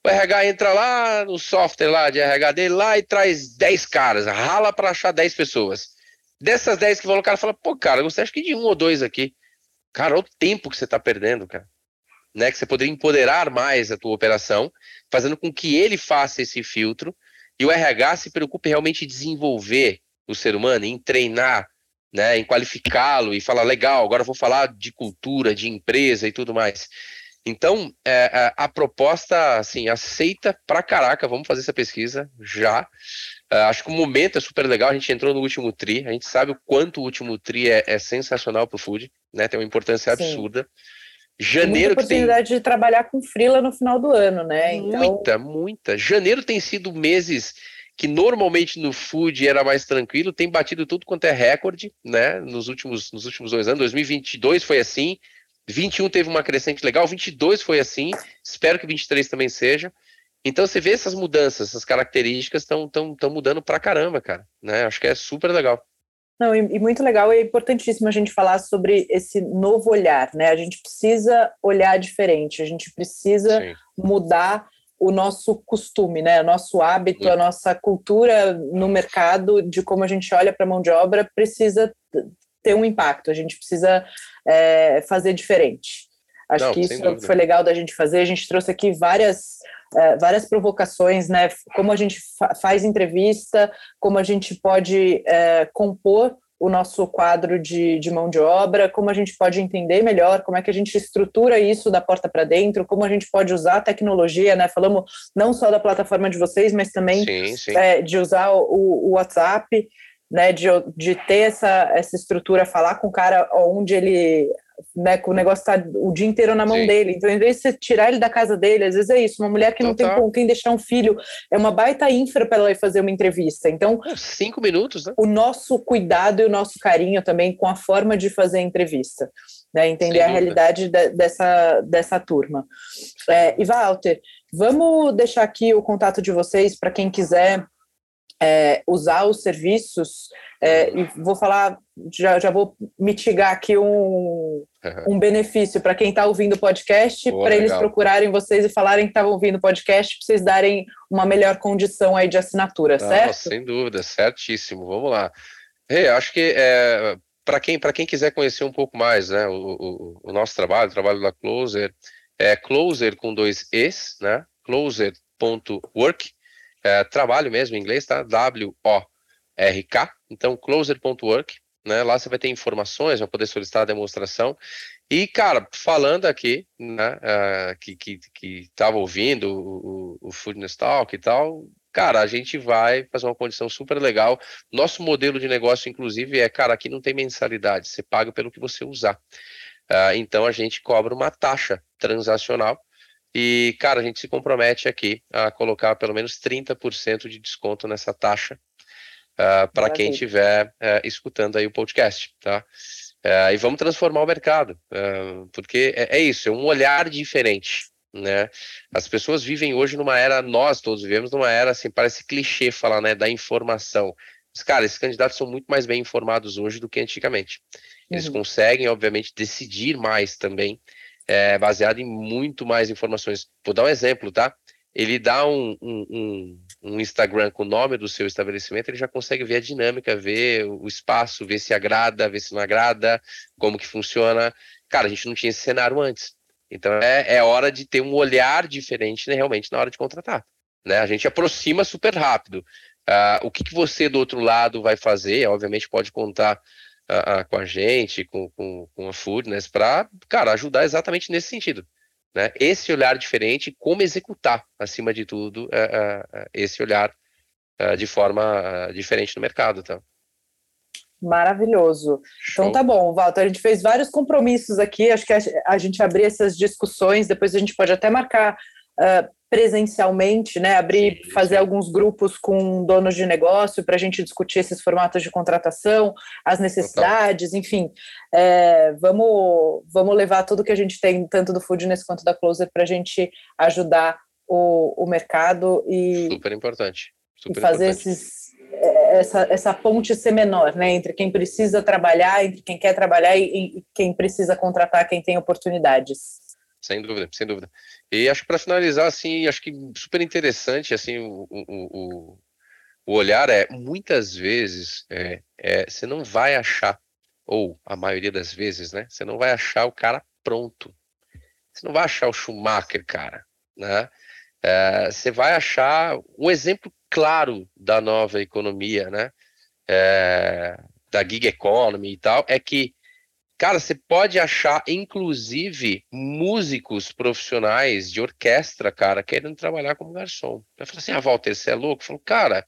O R H entra lá no software lá de R H dele lá e traz dez caras, rala para achar dez pessoas. Dessas dez que vão, o cara fala, pô, cara, eu gostei acho que de um ou dois aqui. Cara, olha o tempo que você tá perdendo, cara. Né? Que você poderia empoderar mais a tua operação, fazendo com que ele faça esse filtro e o R H se preocupe realmente em desenvolver o ser humano, em treinar, né, em qualificá-lo e falar, legal, agora eu vou falar de cultura, de empresa e tudo mais. Então, é, a, a proposta, assim, aceita pra caraca, vamos fazer essa pesquisa já. Uh, acho que o momento é super legal, a gente entrou no último tri, a gente sabe o quanto o último tri é, é sensacional pro food, né, tem uma importância Sim. absurda. Janeiro muita oportunidade tem... de trabalhar com freela no final do ano, né? Muita, então... muita. Janeiro tem sido meses que normalmente no food era mais tranquilo, tem batido tudo quanto é recorde, né? Nos últimos, nos últimos dois anos. dois mil e vinte e dois foi assim, vinte e um teve uma crescente legal, vinte e dois foi assim, espero que vinte e três também seja. Então você vê essas mudanças, essas características estão tão, tão mudando pra caramba, cara. Né? Acho que é super legal. Não, e, e muito legal, e é importantíssimo a gente falar sobre esse novo olhar, né? A gente precisa olhar diferente, a gente precisa Sim. mudar o nosso costume, né? O nosso hábito, Sim. a nossa cultura no mercado, de como a gente olha para a mão de obra, precisa ter um impacto, a gente precisa é, fazer diferente. Acho Não, que isso dúvida. Foi legal da gente fazer, a gente trouxe aqui várias... Uh, várias provocações, né? Como a gente fa- faz entrevista, como a gente pode uh, compor o nosso quadro de, de mão de obra, como a gente pode entender melhor, como é que a gente estrutura isso da porta para dentro, como a gente pode usar a tecnologia, né? Falamos não só da plataforma de vocês, mas também sim, sim. É, de usar o, o WhatsApp, né? De, de ter essa, essa estrutura, falar com o cara onde ele... Né, que o negócio tá o dia inteiro na mão Sim. dele, então em vez de você tirar ele da casa dele, às vezes é isso, uma mulher que não Total. tem com quem deixar um filho, é uma baita infra para ela ir fazer uma entrevista, então cinco minutos, né? O nosso cuidado e o nosso carinho também com a forma de fazer a entrevista, né, entender Sem a dúvida. realidade de, dessa, dessa turma. É, e Walter, vamos deixar aqui o contato de vocês para quem quiser É, usar os serviços, é, e vou falar, já, já vou mitigar aqui um, um benefício para quem está ouvindo o podcast, para eles procurarem vocês e falarem que estavam ouvindo o podcast, para vocês darem uma melhor condição aí de assinatura, Não, certo? Sem dúvida, certíssimo, vamos lá. Hey, acho que é, para quem, para quem quiser conhecer um pouco mais, né, o, o, o nosso trabalho, o trabalho da Closer, é Closer com dois Es, né, closer ponto work, É, trabalho mesmo em inglês, tá? W O R K, então closer ponto work, né? Lá você vai ter informações, vai poder solicitar a demonstração. E, cara, falando aqui, né, uh, que, que, que tava ouvindo o, o, o Foodness Talk e tal, cara, a gente vai fazer uma condição super legal. Nosso modelo de negócio, inclusive, é, cara, aqui não tem mensalidade, você paga pelo que você usar. Uh, então a gente cobra uma taxa transacional. E, cara, a gente se compromete aqui a colocar pelo menos trinta por cento de desconto nessa taxa uh, para quem estiver uh, escutando aí o podcast, tá? Uh, e vamos transformar o mercado, uh, porque é, é isso, é um olhar diferente, né? As pessoas vivem hoje numa era, nós todos vivemos numa era, assim, parece clichê falar, né, da informação. Mas, cara, esses candidatos são muito mais bem informados hoje do que antigamente. Eles uhum. conseguem, obviamente, decidir mais também, É, baseado em muito mais informações. Vou dar um exemplo, tá? Ele dá um, um, um, um Instagram com o nome do seu estabelecimento, ele já consegue ver a dinâmica, ver o espaço, ver se agrada, ver se não agrada, como que funciona. Cara, a gente não tinha esse cenário antes. Então é, é hora de ter um olhar diferente, né, realmente na hora de contratar. Né? A gente aproxima super rápido. Uh, o que, que você do outro lado vai fazer? Obviamente pode contar Uh, uh, com a gente, com, com, com a Foodness, para, cara, ajudar exatamente nesse sentido, né? Esse olhar diferente, como executar, acima de tudo, uh, uh, esse olhar uh, de forma uh, diferente no mercado, tá? Maravilhoso. Show. Então tá bom, Walter, a gente fez vários compromissos aqui, acho que a, a gente abrir essas discussões, depois a gente pode até marcar uh, presencialmente, né, abrir, sim, fazer sim. alguns grupos com donos de negócio para a gente discutir esses formatos de contratação, as necessidades, Total. enfim, é, vamos, vamos levar tudo que a gente tem, tanto do Foodness quanto da Closer, para a gente ajudar o, o mercado e, super importante. Super e fazer importante. esses, essa, essa ponte ser menor, né, entre quem precisa trabalhar, entre quem quer trabalhar e, e quem precisa contratar, quem tem oportunidades. Sem dúvida, sem dúvida. E acho que para finalizar, assim, acho que super interessante, assim, o, o, o, o olhar é, muitas vezes, é, é, você não vai achar, ou a maioria das vezes, né, você não vai achar o cara pronto. Você não vai achar o Schumacher, cara, né? É, você vai achar um exemplo claro da nova economia, né? É, da gig economy e tal, é que, cara, você pode achar, inclusive, músicos profissionais de orquestra, cara, querendo trabalhar como garçom. Eu falo assim, ah, Walter, você é louco? Eu falo, cara,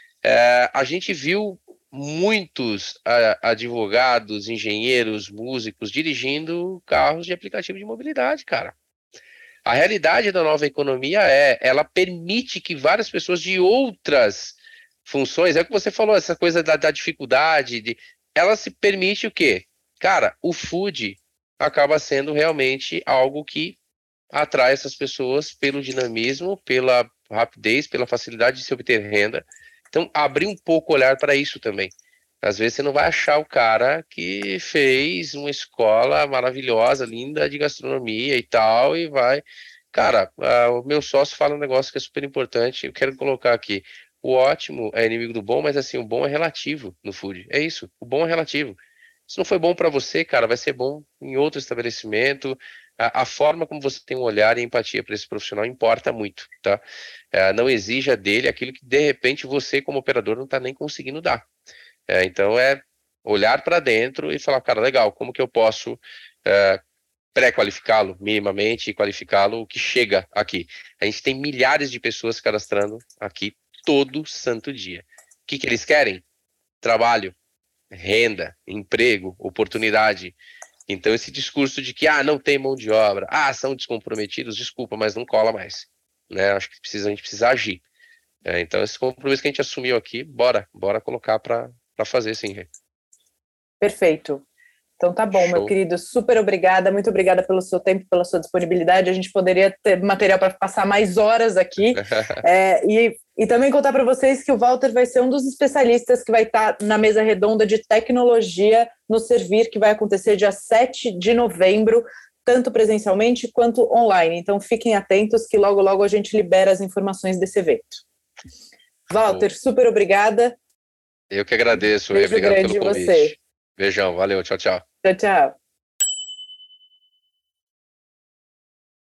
é, a gente viu muitos a, advogados, engenheiros, músicos dirigindo carros de aplicativo de mobilidade, cara. A realidade da nova economia é, ela permite que várias pessoas de outras funções, é o que você falou, essa coisa da, da dificuldade, de, ela se permite o quê? Cara, o food acaba sendo realmente algo que atrai essas pessoas pelo dinamismo, pela rapidez, pela facilidade de se obter renda. Então, abrir um pouco o olhar para isso também. Às vezes você não vai achar o cara que fez uma escola maravilhosa, linda de gastronomia e tal, e vai... Cara, uh, o meu sócio fala um negócio que é super importante, eu quero colocar aqui. O ótimo é inimigo do bom, mas assim, o bom é relativo no food. É isso, o bom é relativo. Se não foi bom para você, cara, vai ser bom em outro estabelecimento. A, a forma como você tem um olhar e empatia para esse profissional importa muito, tá? Uh, não exija dele aquilo que, de repente, você, como operador, não está nem conseguindo dar. É, então é olhar para dentro e falar, cara, legal, como que eu posso é, pré-qualificá-lo minimamente e qualificá-lo o que chega aqui. A gente tem milhares de pessoas cadastrando aqui todo santo dia. O que, que eles querem? Trabalho, renda, emprego, oportunidade. Então esse discurso de que ah, não tem mão de obra, ah, são descomprometidos, desculpa, mas não cola mais. Né? Acho que precisa, a gente precisa agir. É, então esse compromisso que a gente assumiu aqui, bora, bora colocar para para fazer, sim. Perfeito. Então tá bom, Show. Meu querido, super obrigada, muito obrigada pelo seu tempo, pela sua disponibilidade. A gente poderia ter material para passar mais horas aqui é, e, e também contar para vocês que o Walter vai ser um dos especialistas que vai estar na mesa redonda de tecnologia no Servir, que vai acontecer dia sete de novembro, tanto presencialmente quanto online. Então fiquem atentos que logo, logo a gente libera as informações desse evento. Walter, super obrigada. Eu que agradeço, Beijo obrigado grande pelo convite. Você. Beijão, valeu, tchau, tchau. Tchau, tchau.